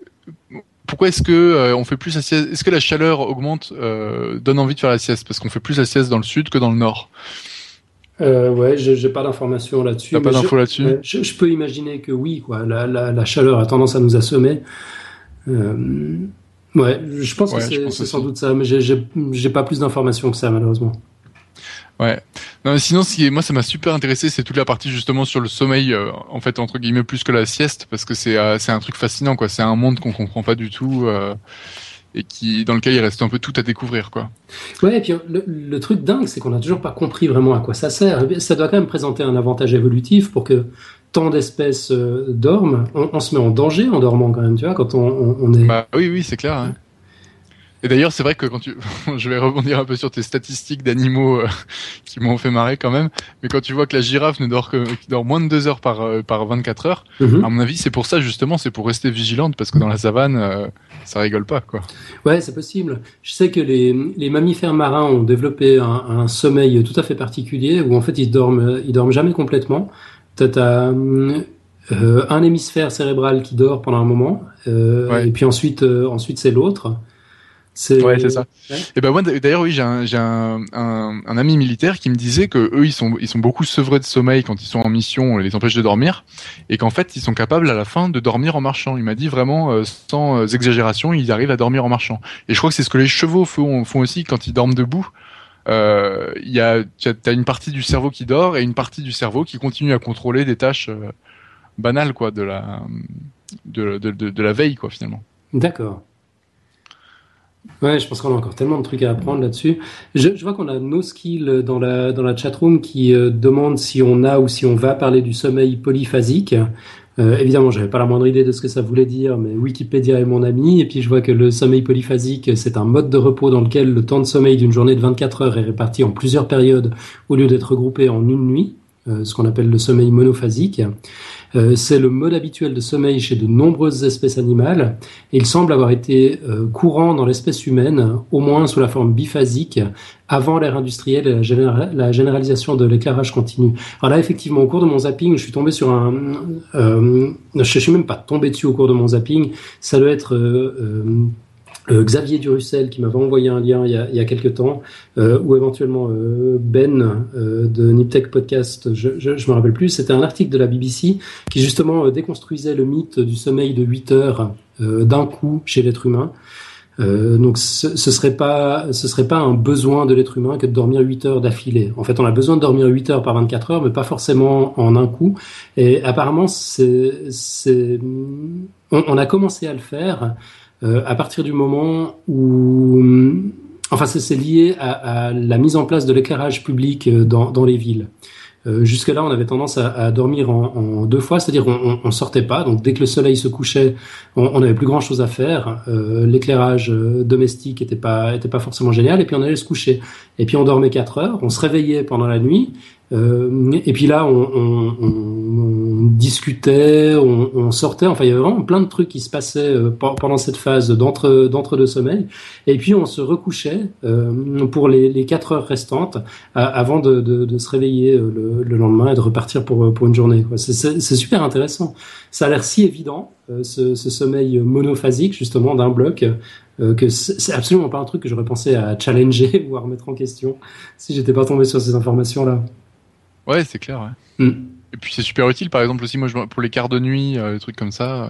Speaker 1: que on fait plus la sieste? Est-ce que la chaleur augmente, donne envie de faire la sieste? Parce qu'on fait plus la sieste dans le sud que dans le nord.
Speaker 2: Ouais, j'ai pas d'informations là-dessus.
Speaker 1: T'as pas d'infos là-dessus?
Speaker 2: Je peux imaginer que oui, quoi. La chaleur a tendance à nous assommer. Ouais, je pense que
Speaker 1: Ouais, je pense
Speaker 2: c'est sans
Speaker 1: aussi.
Speaker 2: doute ça, mais j'ai pas plus d'informations que ça, malheureusement.
Speaker 1: Ouais. Non, mais sinon, moi, ça m'a super intéressé, c'est toute la partie justement sur le sommeil, en fait, entre guillemets, plus que la sieste, parce que c'est un truc fascinant, quoi. C'est un monde qu'on comprend pas du tout, et dans lequel il reste un peu tout à découvrir, quoi.
Speaker 2: Ouais, et puis le truc dingue, c'est qu'on n'a toujours pas compris vraiment à quoi ça sert. Ça doit quand même présenter un avantage évolutif pour que tant d'espèces dorment. On se met en danger en dormant quand même, tu vois, quand on est...
Speaker 1: Bah oui, oui, c'est clair, hein. Et d'ailleurs, c'est vrai que je vais rebondir un peu sur tes statistiques d'animaux qui m'ont fait marrer quand même, mais quand tu vois que la girafe qui dort moins de 2 heures par 24 heures, à
Speaker 2: Mhm.
Speaker 1: mon avis, c'est pour ça justement, c'est pour rester vigilante, parce que dans la savane, ça rigole pas, quoi.
Speaker 2: Ouais, c'est possible. Je sais que les mammifères marins ont développé un sommeil tout à fait particulier où en fait ils dorment jamais complètement. T'as un hémisphère cérébral qui dort pendant un moment,
Speaker 1: Ouais.
Speaker 2: et puis ensuite c'est l'autre.
Speaker 1: Ouais, c'est
Speaker 2: C'est
Speaker 1: ça.
Speaker 2: ouais.
Speaker 1: Et ben moi d'ailleurs oui, j'ai un ami militaire qui me disait que eux ils sont beaucoup sevrés de sommeil quand ils sont en mission, on les empêche de dormir et qu'en fait ils sont capables à la fin de dormir en marchant. Il m'a dit vraiment sans exagération, ils arrivent à dormir en marchant. Et je crois que c'est ce que les chevaux font aussi quand ils dorment debout. T'as une partie du cerveau qui dort et une partie du cerveau qui continue à contrôler des tâches banales quoi de la veille quoi finalement.
Speaker 2: D'accord. Ouais, je pense qu'on a encore tellement de trucs à apprendre là-dessus. Je vois qu'on a No Skill dans la chatroom qui demande si on a ou si on va parler du sommeil polyphasique. Évidemment, j'avais pas la moindre idée de ce que ça voulait dire, mais Wikipédia est mon ami. Et puis je vois que le sommeil polyphasique, c'est un mode de repos dans lequel le temps de sommeil d'une journée de 24 heures est réparti en plusieurs périodes au lieu d'être regroupé en une nuit, ce qu'on appelle le sommeil monophasique. C'est le mode habituel de sommeil chez de nombreuses espèces animales et il semble avoir été courant dans l'espèce humaine, au moins sous la forme biphasique, avant l'ère industrielle et la généralisation de l'éclairage continu. Alors là, effectivement, au cours de mon zapping, je suis tombé sur je suis même pas tombé dessus au cours de mon zapping, ça doit être... Xavier Durussel qui m'avait envoyé un lien il y a quelques temps, ou éventuellement Ben de Niptech Podcast, je me rappelle plus, c'était un article de la BBC qui justement déconstruisait le mythe du sommeil de 8 heures d'un coup chez l'être humain. Donc ce serait pas un besoin de l'être humain que de dormir 8 heures d'affilée. En fait, on a besoin de dormir 8 heures par 24 heures, mais pas forcément en un coup. Et apparemment, on a commencé à le faire à partir du moment où, enfin, c'est lié à la mise en place de l'éclairage public dans les villes. Jusque-là, on avait tendance à dormir en deux fois, c'est-à-dire on sortait pas. Donc, dès que le soleil se couchait, on n'avait plus grand-chose à faire. L'éclairage domestique était pas forcément génial. Et puis, on allait se coucher. Et puis, on dormait 4 heures. On se réveillait pendant la nuit. Et puis là, on discutait, on sortait. Enfin, il y avait vraiment plein de trucs qui se passaient pendant cette phase d'entre-deux sommeils. Et puis, on se recouchait pour les 4 heures restantes avant de se réveiller le lendemain et de repartir pour une journée, quoi. C'est super intéressant. Ça a l'air si évident, ce sommeil monophasique, justement, d'un bloc, que c'est absolument pas un truc que j'aurais pensé à challenger ou à remettre en question si j'étais pas tombé sur ces informations-là.
Speaker 1: Ouais, c'est clair. Ouais.
Speaker 2: Mm.
Speaker 1: Et puis c'est super utile, par exemple aussi, moi pour les quarts de nuit, des trucs comme ça,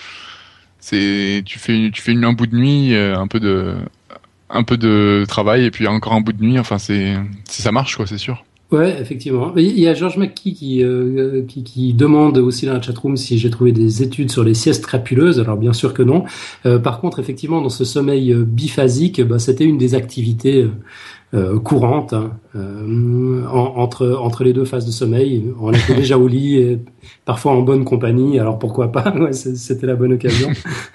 Speaker 1: un bout de nuit, un peu de travail et puis encore un bout de nuit. Enfin ça marche quoi, c'est sûr.
Speaker 2: Ouais, effectivement. Il y a Georges McKee qui demande aussi dans la chatroom si j'ai trouvé des études sur les siestes crapuleuses. Alors bien sûr que non. Par contre, effectivement, dans ce sommeil biphasique, bah, c'était une des activités courantes, hein, entre les deux phases de sommeil. On était déjà au lit et parfois en bonne compagnie. Alors pourquoi pas? Ouais, c'était la bonne occasion.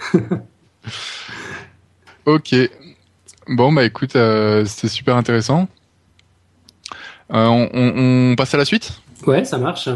Speaker 1: Ok. Bon bah écoute, c'était super intéressant. On passe à la suite?
Speaker 2: Ouais, ça marche.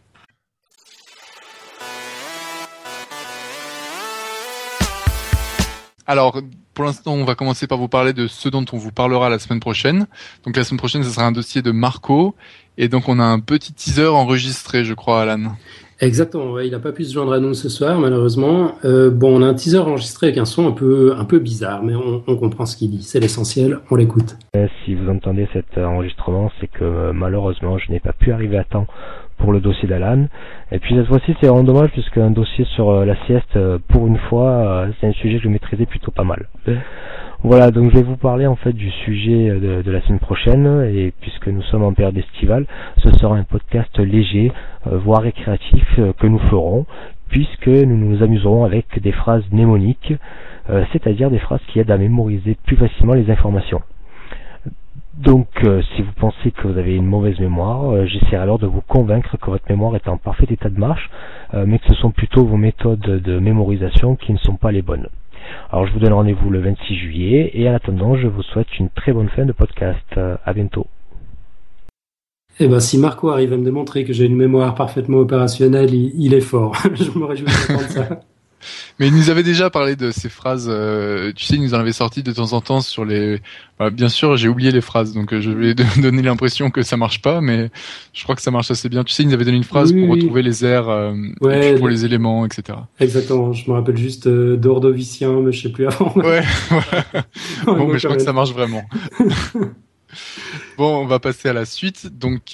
Speaker 1: Alors, pour l'instant, on va commencer par vous parler de ce dont on vous parlera la semaine prochaine. Donc la semaine prochaine, ce sera un dossier de Marco. Et donc on a un petit teaser enregistré, je crois, Alan.
Speaker 2: Exactement, ouais, il n'a pas pu se joindre à nous ce soir, malheureusement. Bon, on a un teaser enregistré avec un son un peu bizarre, mais on comprend ce qu'il dit. C'est l'essentiel, on l'écoute.
Speaker 3: Si vous entendez cet enregistrement, c'est que malheureusement, je n'ai pas pu arriver à temps pour le dossier d'Alan. Et puis cette fois-ci, c'est vraiment dommage puisqu'un dossier sur la sieste, pour une fois, c'est un sujet que je maîtrisais plutôt pas mal. Voilà, donc je vais vous parler en fait du sujet de la semaine prochaine, et puisque nous sommes en période estivale, ce sera un podcast léger, voire récréatif, que nous ferons, puisque nous nous amuserons avec des phrases mnémoniques, c'est-à-dire des phrases qui aident à mémoriser plus facilement les informations. Donc, si vous pensez que vous avez une mauvaise mémoire, j'essaierai alors de vous convaincre que votre mémoire est en parfait état de marche, mais que ce sont plutôt vos méthodes de mémorisation qui ne sont pas les bonnes. Alors, je vous donne rendez-vous le 26 juillet, et en attendant, je vous souhaite une très bonne fin de podcast. À bientôt.
Speaker 2: Eh ben, si Marco arrive à me démontrer que j'ai une mémoire parfaitement opérationnelle, il est fort. Je me réjouis d'entendre ça.
Speaker 1: Mais il nous avait déjà parlé de ces phrases, tu sais, il nous en avait sorti de temps en temps sur les... bien sûr, j'ai oublié les phrases, donc je vais donner l'impression que ça marche pas, mais je crois que ça marche assez bien. Tu sais, il nous avait donné une phrase pour retrouver les airs, et puis pour les éléments, etc.
Speaker 2: Exactement, je me rappelle juste d'ordovicien, mais je sais plus avant.
Speaker 1: Ouais, voilà. Bon, mais je crois que ça marche vraiment. Bon, on va passer à la suite, donc...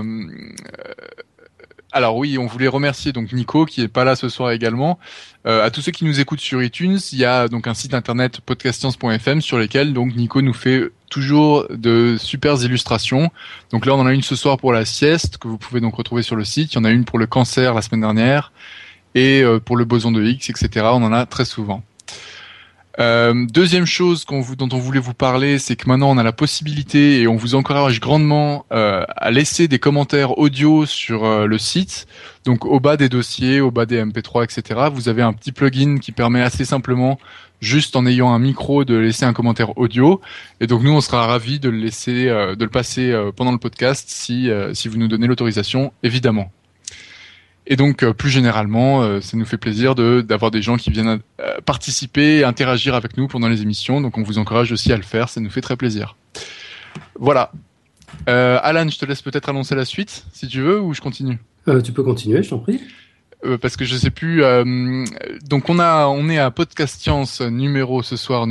Speaker 1: alors oui, on voulait remercier donc Nico qui est pas là ce soir également. À tous ceux qui nous écoutent sur iTunes, il y a donc un site internet podcastscience.fm sur lequel donc Nico nous fait toujours de super illustrations. Donc là, on en a une ce soir pour la sieste que vous pouvez donc retrouver sur le site. Il y en a une pour le cancer la semaine dernière et pour le boson de Higgs, etc. On en a très souvent. Deuxième chose dont on voulait vous parler, c'est que maintenant on a la possibilité et on vous encourage grandement à laisser des commentaires audio sur le site. Donc au bas des dossiers, au bas des MP3, etc. Vous avez un petit plugin qui permet assez simplement, juste en ayant un micro, de laisser un commentaire audio. Et donc nous on sera ravis de le passer pendant le podcast si vous nous donnez l'autorisation, évidemment. Et donc, plus généralement, ça nous fait plaisir d'avoir des gens qui viennent participer et interagir avec nous pendant les émissions. Donc, on vous encourage aussi à le faire. Ça nous fait très plaisir. Voilà. Alan, je te laisse peut-être annoncer la suite, si tu veux, ou je continue.
Speaker 2: Tu peux continuer, je t'en prie.
Speaker 1: Parce que je sais plus. Donc, on est à Podcast Science numéro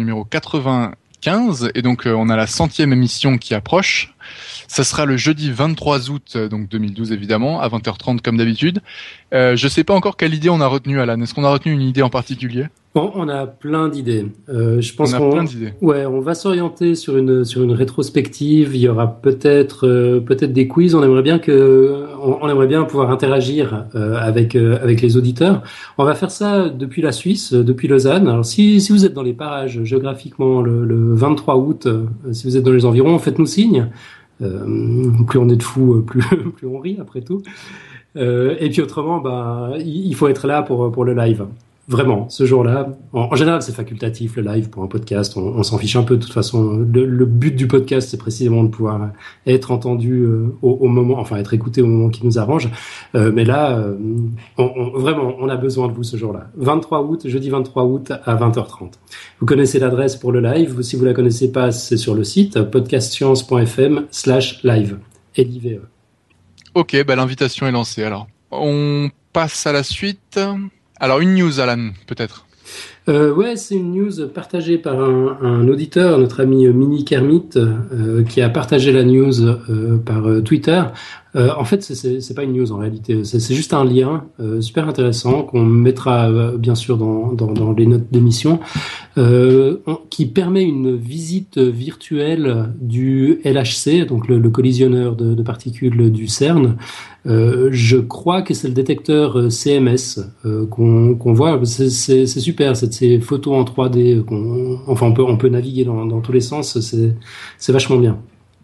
Speaker 1: 95, et donc on a la 100e émission qui approche. Ça sera le jeudi 23 août, donc 2012 évidemment, à 20h30 comme d'habitude. Je sais pas encore quelle idée on a retenue, Alan. Est-ce qu'on a retenu une idée en particulier ?
Speaker 2: On a plein d'idées. Je pense
Speaker 1: plein d'idées.
Speaker 2: Ouais, on va s'orienter sur une rétrospective. Il y aura peut-être des quiz. On aimerait bien pouvoir interagir avec les auditeurs. On va faire ça depuis la Suisse, depuis Lausanne. Alors si vous êtes dans les parages géographiquement le 23 août, si vous êtes dans les environs, faites-nous signe. Plus on est de fous, plus on rit après tout. Et puis autrement, il faut être là pour le live. Vraiment, ce jour-là. En général, c'est facultatif le live pour un podcast. On s'en fiche un peu de toute façon. Le but du podcast, c'est précisément de pouvoir être entendu au moment, enfin être écouté au moment qui nous arrange. Mais là, vraiment, on a besoin de vous ce jour-là. 23 août, jeudi 23 août à 20h30. Vous connaissez l'adresse pour le live. Si vous la connaissez pas, c'est sur le site podcastscience.fm/live. LIVE.
Speaker 1: Ok, l'invitation est lancée. Alors, on passe à la suite. Alors, une news, Alan, peut-être.
Speaker 2: Ouais, c'est une news partagée par un auditeur, notre ami Mini Kermit, qui a partagé la news par Twitter. En fait, c'est pas une news en réalité, c'est juste un lien super intéressant qu'on mettra bien sûr dans les notes d'émission, qui permet une visite virtuelle du LHC, donc le collisionneur de particules du CERN. Je crois que c'est le détecteur CMS qu'on voit. C'est super, ces photos en 3D. On peut naviguer dans tous les sens. C'est vachement bien.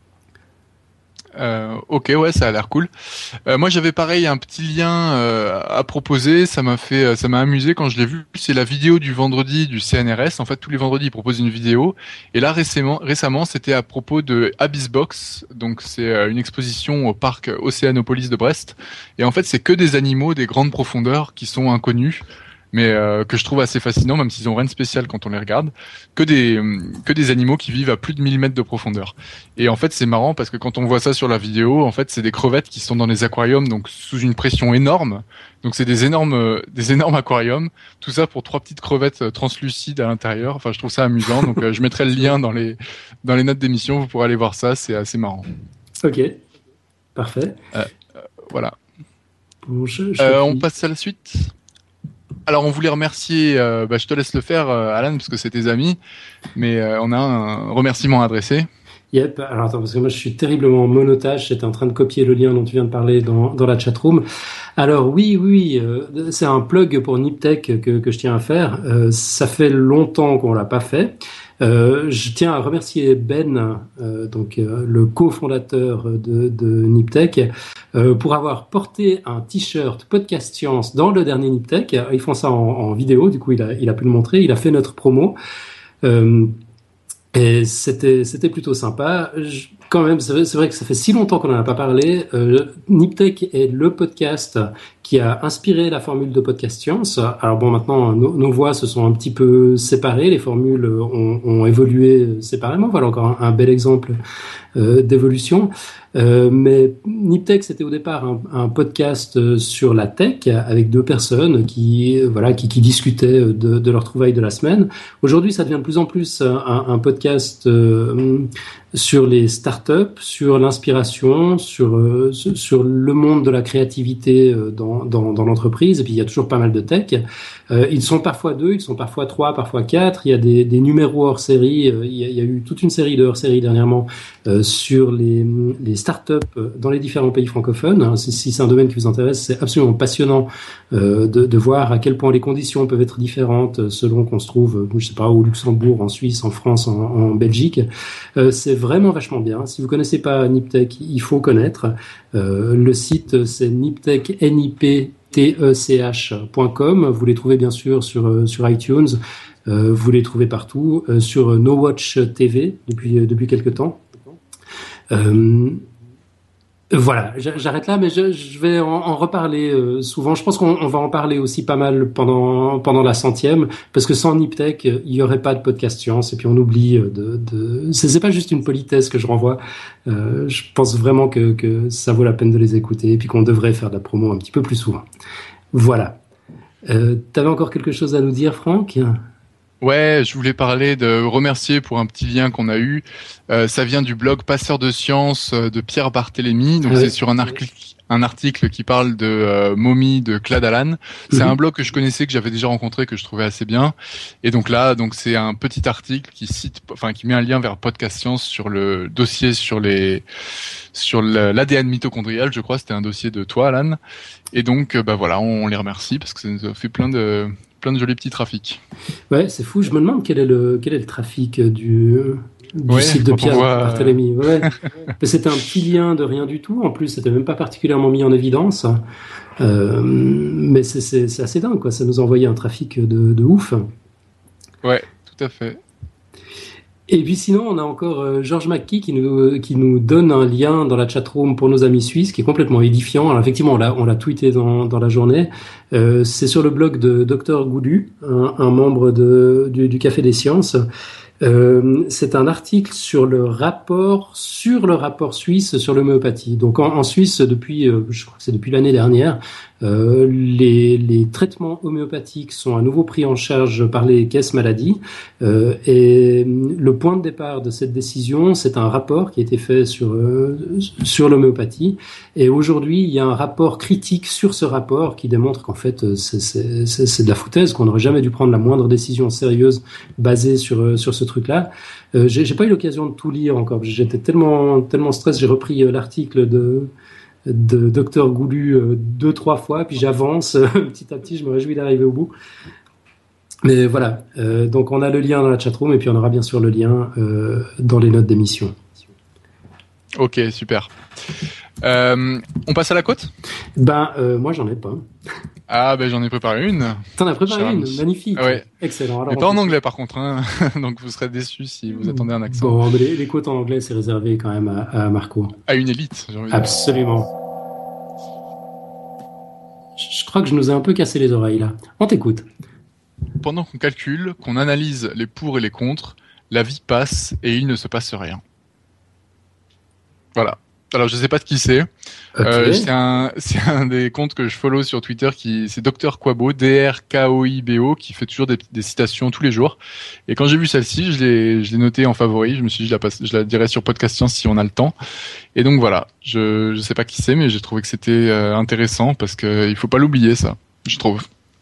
Speaker 1: Ok, ouais, ça a l'air cool. Moi, j'avais pareil un petit lien à proposer. Ça m'a amusé quand je l'ai vu. C'est la vidéo du vendredi du CNRS. En fait, tous les vendredis, ils proposent une vidéo. Et là, récemment, c'était à propos de Abyss Box. Donc, c'est une exposition au parc Océanopolis de Brest. Et en fait, c'est que des animaux des grandes profondeurs qui sont inconnus, mais que je trouve assez fascinant, même s'ils ont rien de spécial quand on les regarde, que des animaux qui vivent à plus de 1000 mètres de profondeur. Et en fait, c'est marrant parce que quand on voit ça sur la vidéo, en fait, c'est des crevettes qui sont dans des aquariums, donc sous une pression énorme. Donc c'est des énormes aquariums. Tout ça pour 3 petites crevettes translucides à l'intérieur. Enfin, je trouve ça amusant. Donc je mettrai le lien dans les notes d'émission. Vous pourrez aller voir ça. C'est assez marrant.
Speaker 2: Ok, parfait.
Speaker 1: Voilà.
Speaker 2: Bon,
Speaker 1: on passe à la suite. Alors, on voulait remercier, je te laisse le faire, Alan, parce que c'est tes amis, mais on a un remerciement à adresser.
Speaker 2: Yep, alors attends, parce que moi je suis terriblement monotage, j'étais en train de copier le lien dont tu viens de parler dans la chatroom. Alors oui, c'est un plug pour Niptech que je tiens à faire. Ça fait longtemps qu'on l'a pas fait. Je tiens à remercier Ben, le cofondateur de Niptech, pour avoir porté un t-shirt Podcast Science dans le dernier Niptech. Ils font ça en vidéo, du coup il a pu le montrer, il a fait notre promo. Et c'était plutôt sympa. Quand même, c'est vrai que ça fait si longtemps qu'on n'en a pas parlé. Niptech est le podcast qui a inspiré la formule de Podcast Science. Alors bon, maintenant, nos voix se sont un petit peu séparées. Les formules ont évolué séparément. Voilà encore un bel exemple d'évolution. Mais Niptech, c'était au départ un podcast sur la tech avec deux personnes qui discutaient de leurs trouvailles de la semaine. Aujourd'hui, ça devient de plus en plus un podcast sur les startups, sur l'inspiration, sur le monde de la créativité dans l'entreprise. Et puis il y a toujours pas mal de tech. Ils sont parfois 2, ils sont parfois 3, parfois 4. Il y a des numéros hors série. Il y a eu toute une série de hors série dernièrement sur les startups dans les différents pays francophones. Si c'est un domaine qui vous intéresse, c'est absolument passionnant de voir à quel point les conditions peuvent être différentes selon qu'on se trouve, je sais pas, au Luxembourg, en Suisse, en France, en Belgique. C'est vraiment vachement bien. Si vous connaissez pas Niptech, il faut connaître. Le site, c'est Niptech, niptech.com. Vous les trouvez bien sûr sur iTunes. Vous les trouvez partout. Sur No Watch TV depuis quelque temps. Voilà, j'arrête là, mais je vais en reparler souvent. Je pense qu'on va en parler aussi pas mal pendant la 100e, parce que sans Niptech, il y aurait pas de podcast science, et puis on oublie c'est pas juste une politesse que je renvoie. Je pense vraiment que ça vaut la peine de les écouter, et puis qu'on devrait faire de la promo un petit peu plus souvent. Voilà. T'avais encore quelque chose à nous dire, Franck ?
Speaker 1: Ouais, je voulais remercier pour un petit lien qu'on a eu. Ça vient du blog Passeur de Science de Pierre Barthélémy. Donc c'est sur un article qui parle de Momie de Claude Allan. C'est un blog que je connaissais, que j'avais déjà rencontré, que je trouvais assez bien. Et donc là, c'est un petit article qui met un lien vers Podcast Science sur le dossier sur l'ADN mitochondrial. Je crois, c'était un dossier de toi, Alan. Et donc, voilà, on les remercie parce que ça nous a fait plein de jolis petits trafics.
Speaker 2: Ouais, c'est fou. Je me demande quel est le trafic du site de Pierre Barthélémy. Ouais. C'était un petit lien de rien du tout. En plus, c'était même pas particulièrement mis en évidence. Mais c'est assez dingue, quoi. Ça nous a envoyé un trafic de ouf.
Speaker 1: Ouais, tout à fait.
Speaker 2: Et puis sinon, on a encore Georges McKee qui nous donne un lien dans la chatroom pour nos amis suisses, qui est complètement édifiant. Alors effectivement, on l'a tweeté dans la journée. C'est sur le blog de Dr Goulu, un membre du Café des Sciences. C'est un article sur le rapport suisse sur l'homéopathie. Donc en Suisse, je crois que c'est depuis l'année dernière, les traitements homéopathiques sont à nouveau pris en charge par les caisses maladies. Et le point de départ de cette décision, c'est un rapport qui a été fait sur l'homéopathie. Et aujourd'hui, il y a un rapport critique sur ce rapport qui démontre qu'en fait, c'est de la foutaise, qu'on n'aurait jamais dû prendre la moindre décision sérieuse basée sur ce truc-là. J'ai pas eu l'occasion de tout lire encore. J'étais tellement stressé. J'ai repris l'article de Dr Goulu 2-3 fois, puis j'avance petit à petit. Je me réjouis d'arriver au bout. Mais voilà. Donc on a le lien dans la chatroom, et puis on aura bien sûr le lien dans les notes d'émission.
Speaker 1: Ok, super. On passe à la côte ?
Speaker 2: Moi j'en ai pas.
Speaker 1: Ah, j'en ai préparé une.
Speaker 2: T'en as préparé une, magnifique.
Speaker 1: Ouais.
Speaker 2: Excellent. Alors,
Speaker 1: mais pas en anglais par contre, hein. Donc vous serez déçus si vous attendez un accent.
Speaker 2: Bon, mais les côtes en anglais, c'est réservé quand même à Marco.
Speaker 1: À une élite, j'ai envie de dire.
Speaker 2: Absolument. Je crois que je nous ai un peu cassé les oreilles là. On t'écoute.
Speaker 1: Pendant qu'on calcule, qu'on analyse les pour et les contre, la vie passe et il ne se passe rien. Voilà. Alors, je sais pas de qui c'est.
Speaker 2: Ok.
Speaker 1: C'est un des comptes que je follow sur Twitter c'est Dr Quabo, DRKOIBO, qui fait toujours des citations tous les jours. Et quand j'ai vu celle-ci, je l'ai notée en favori. Je me suis dit, je la dirai sur Podcast Science si on a le temps. Et donc voilà. Je sais pas qui c'est, mais j'ai trouvé que c'était intéressant parce que il faut pas l'oublier, ça. Je trouve.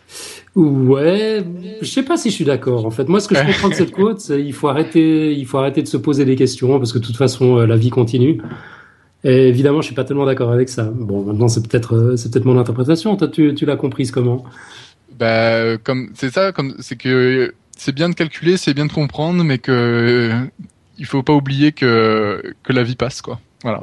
Speaker 2: Ouais, je sais pas si je suis d'accord. En fait, moi, ce que je comprends de cette quote, c'est il faut arrêter de se poser des questions parce que de toute façon, la vie continue. Et évidemment, je suis pas tellement d'accord avec ça. Bon, maintenant, c'est peut-être mon interprétation. Toi, tu l'as comprise comment?
Speaker 1: Bah, c'est que c'est bien de calculer, c'est bien de comprendre, mais que il faut pas oublier que la vie passe, quoi. Voilà.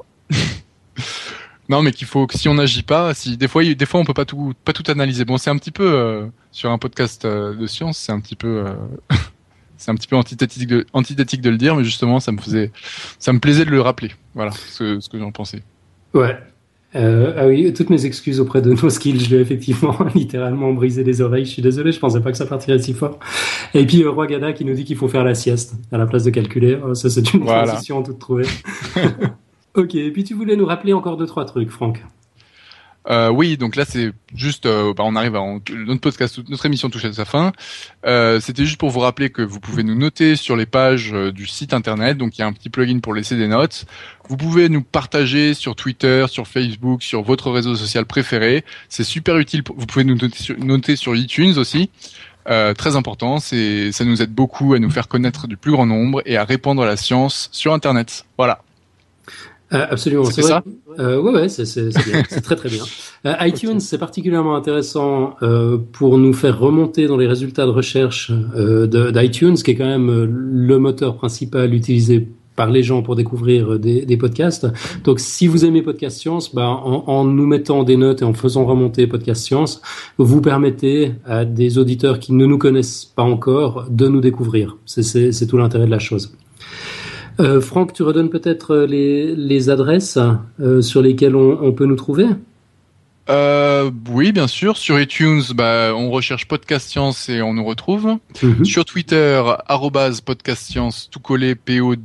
Speaker 1: Non, mais qu'il faut que si on n'agit pas, si des fois on peut pas tout analyser. Bon, c'est un petit peu sur un podcast de science, c'est un petit peu c'est un petit peu antithétique de le dire, mais justement, ça me plaisait de le rappeler. Voilà, ce que j'en pensais.
Speaker 2: Ouais. Ah oui, toutes mes excuses auprès de nos skills. Je lui ai effectivement littéralement brisé les oreilles. Je suis désolé, je pensais pas que ça partirait si fort. Et puis, Roi Gada qui nous dit qu'il faut faire la sieste à la place de calculer. Ça, c'est une
Speaker 1: Voilà.
Speaker 2: transition toute trouvée. Ok, et puis tu voulais nous rappeler encore 2-3 trucs, Franck.
Speaker 1: Oui, donc là c'est juste, on arrive notre podcast, notre émission touche à sa fin. C'était juste pour vous rappeler que vous pouvez nous noter sur les pages du site internet. Donc il y a un petit plugin pour laisser des notes. Vous pouvez nous partager sur Twitter, sur Facebook, sur votre réseau social préféré. C'est super utile. Vous pouvez nous noter sur iTunes aussi. Très important, ça nous aide beaucoup à nous faire connaître du plus grand nombre et à répandre la science sur internet. Voilà.
Speaker 2: Absolument,
Speaker 1: c'est ça.
Speaker 2: Ouais, c'est bien, c'est très très bien. iTunes, c'est particulièrement intéressant pour nous faire remonter dans les résultats de recherche d'iTunes, qui est quand même le moteur principal utilisé par les gens pour découvrir des podcasts. Donc, si vous aimez Podcast Science, en nous mettant des notes et en faisant remonter Podcast Science, vous permettez à des auditeurs qui ne nous connaissent pas encore de nous découvrir. C'est tout l'intérêt de la chose. Franck, tu redonnes peut-être les adresses sur lesquelles on peut nous trouver?
Speaker 1: Oui, bien sûr. Sur iTunes, on recherche Podcast Science et on nous retrouve.
Speaker 2: Mm-hmm.
Speaker 1: Sur Twitter, @Podcast Science, tout collé,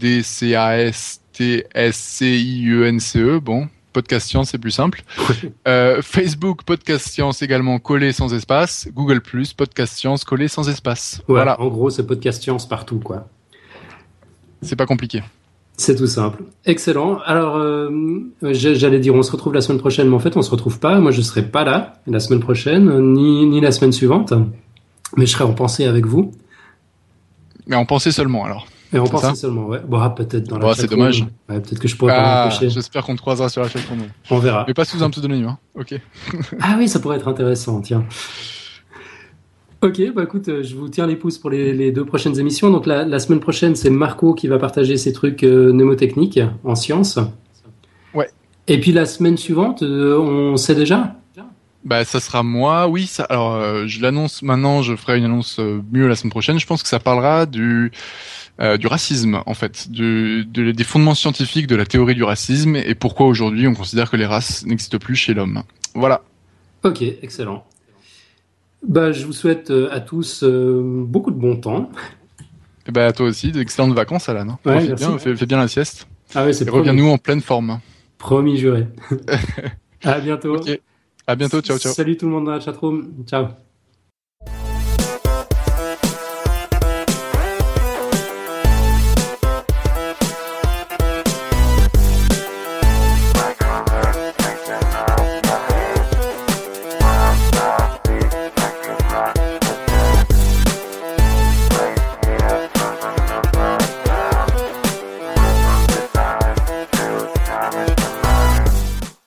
Speaker 1: PODCASTSCIENCE. Bon, Podcast Science, c'est plus simple. Facebook, Podcast Science également collé sans espace. Google+, Podcast Science collé sans espace.
Speaker 2: Ouais,
Speaker 1: voilà.
Speaker 2: En gros, c'est Podcast Science partout, quoi.
Speaker 1: C'est pas compliqué.
Speaker 2: C'est tout simple. Excellent. Alors, j'allais dire on se retrouve la semaine prochaine, mais en fait, on se retrouve pas. Moi, je serai pas là la semaine prochaine, ni la semaine suivante. Mais je serai en pensée avec vous.
Speaker 1: Mais en pensée seulement, alors.
Speaker 2: Et en pensée seulement, ouais. Bon, peut-être dans la
Speaker 1: c'est dommage.
Speaker 2: Ouais, peut-être que je pourrais pas m'empêcher.
Speaker 1: J'espère qu'on te croisera sur la chaîne pour nous.
Speaker 2: On verra.
Speaker 1: Mais pas sous un pseudonyme, hein. Ok.
Speaker 2: Ah oui, ça pourrait être intéressant, tiens. Ok, écoute, je vous tiens les pouces pour les 2 prochaines émissions. Donc la semaine prochaine, c'est Marco qui va partager ses trucs mnémotechniques en sciences.
Speaker 1: Ouais.
Speaker 2: Et puis la semaine suivante, on sait déjà?
Speaker 1: Ça sera moi, oui. Alors, je l'annonce maintenant, je ferai une annonce mieux la semaine prochaine. Je pense que ça parlera du racisme, en fait, des fondements scientifiques de la théorie du racisme et pourquoi aujourd'hui on considère que les races n'existent plus chez l'homme. Voilà.
Speaker 2: Ok, excellent. Je vous souhaite à tous beaucoup de bon temps.
Speaker 1: Et à toi aussi, d'excellentes vacances, Alan.
Speaker 2: Ouais,
Speaker 1: profite bien, fais bien la sieste.
Speaker 2: Ah ouais, c'est
Speaker 1: et reviens-nous en pleine forme.
Speaker 2: Promis, juré. À bientôt.
Speaker 1: Ok. À bientôt, ciao, ciao.
Speaker 2: Salut tout le monde dans la chatroom. Ciao.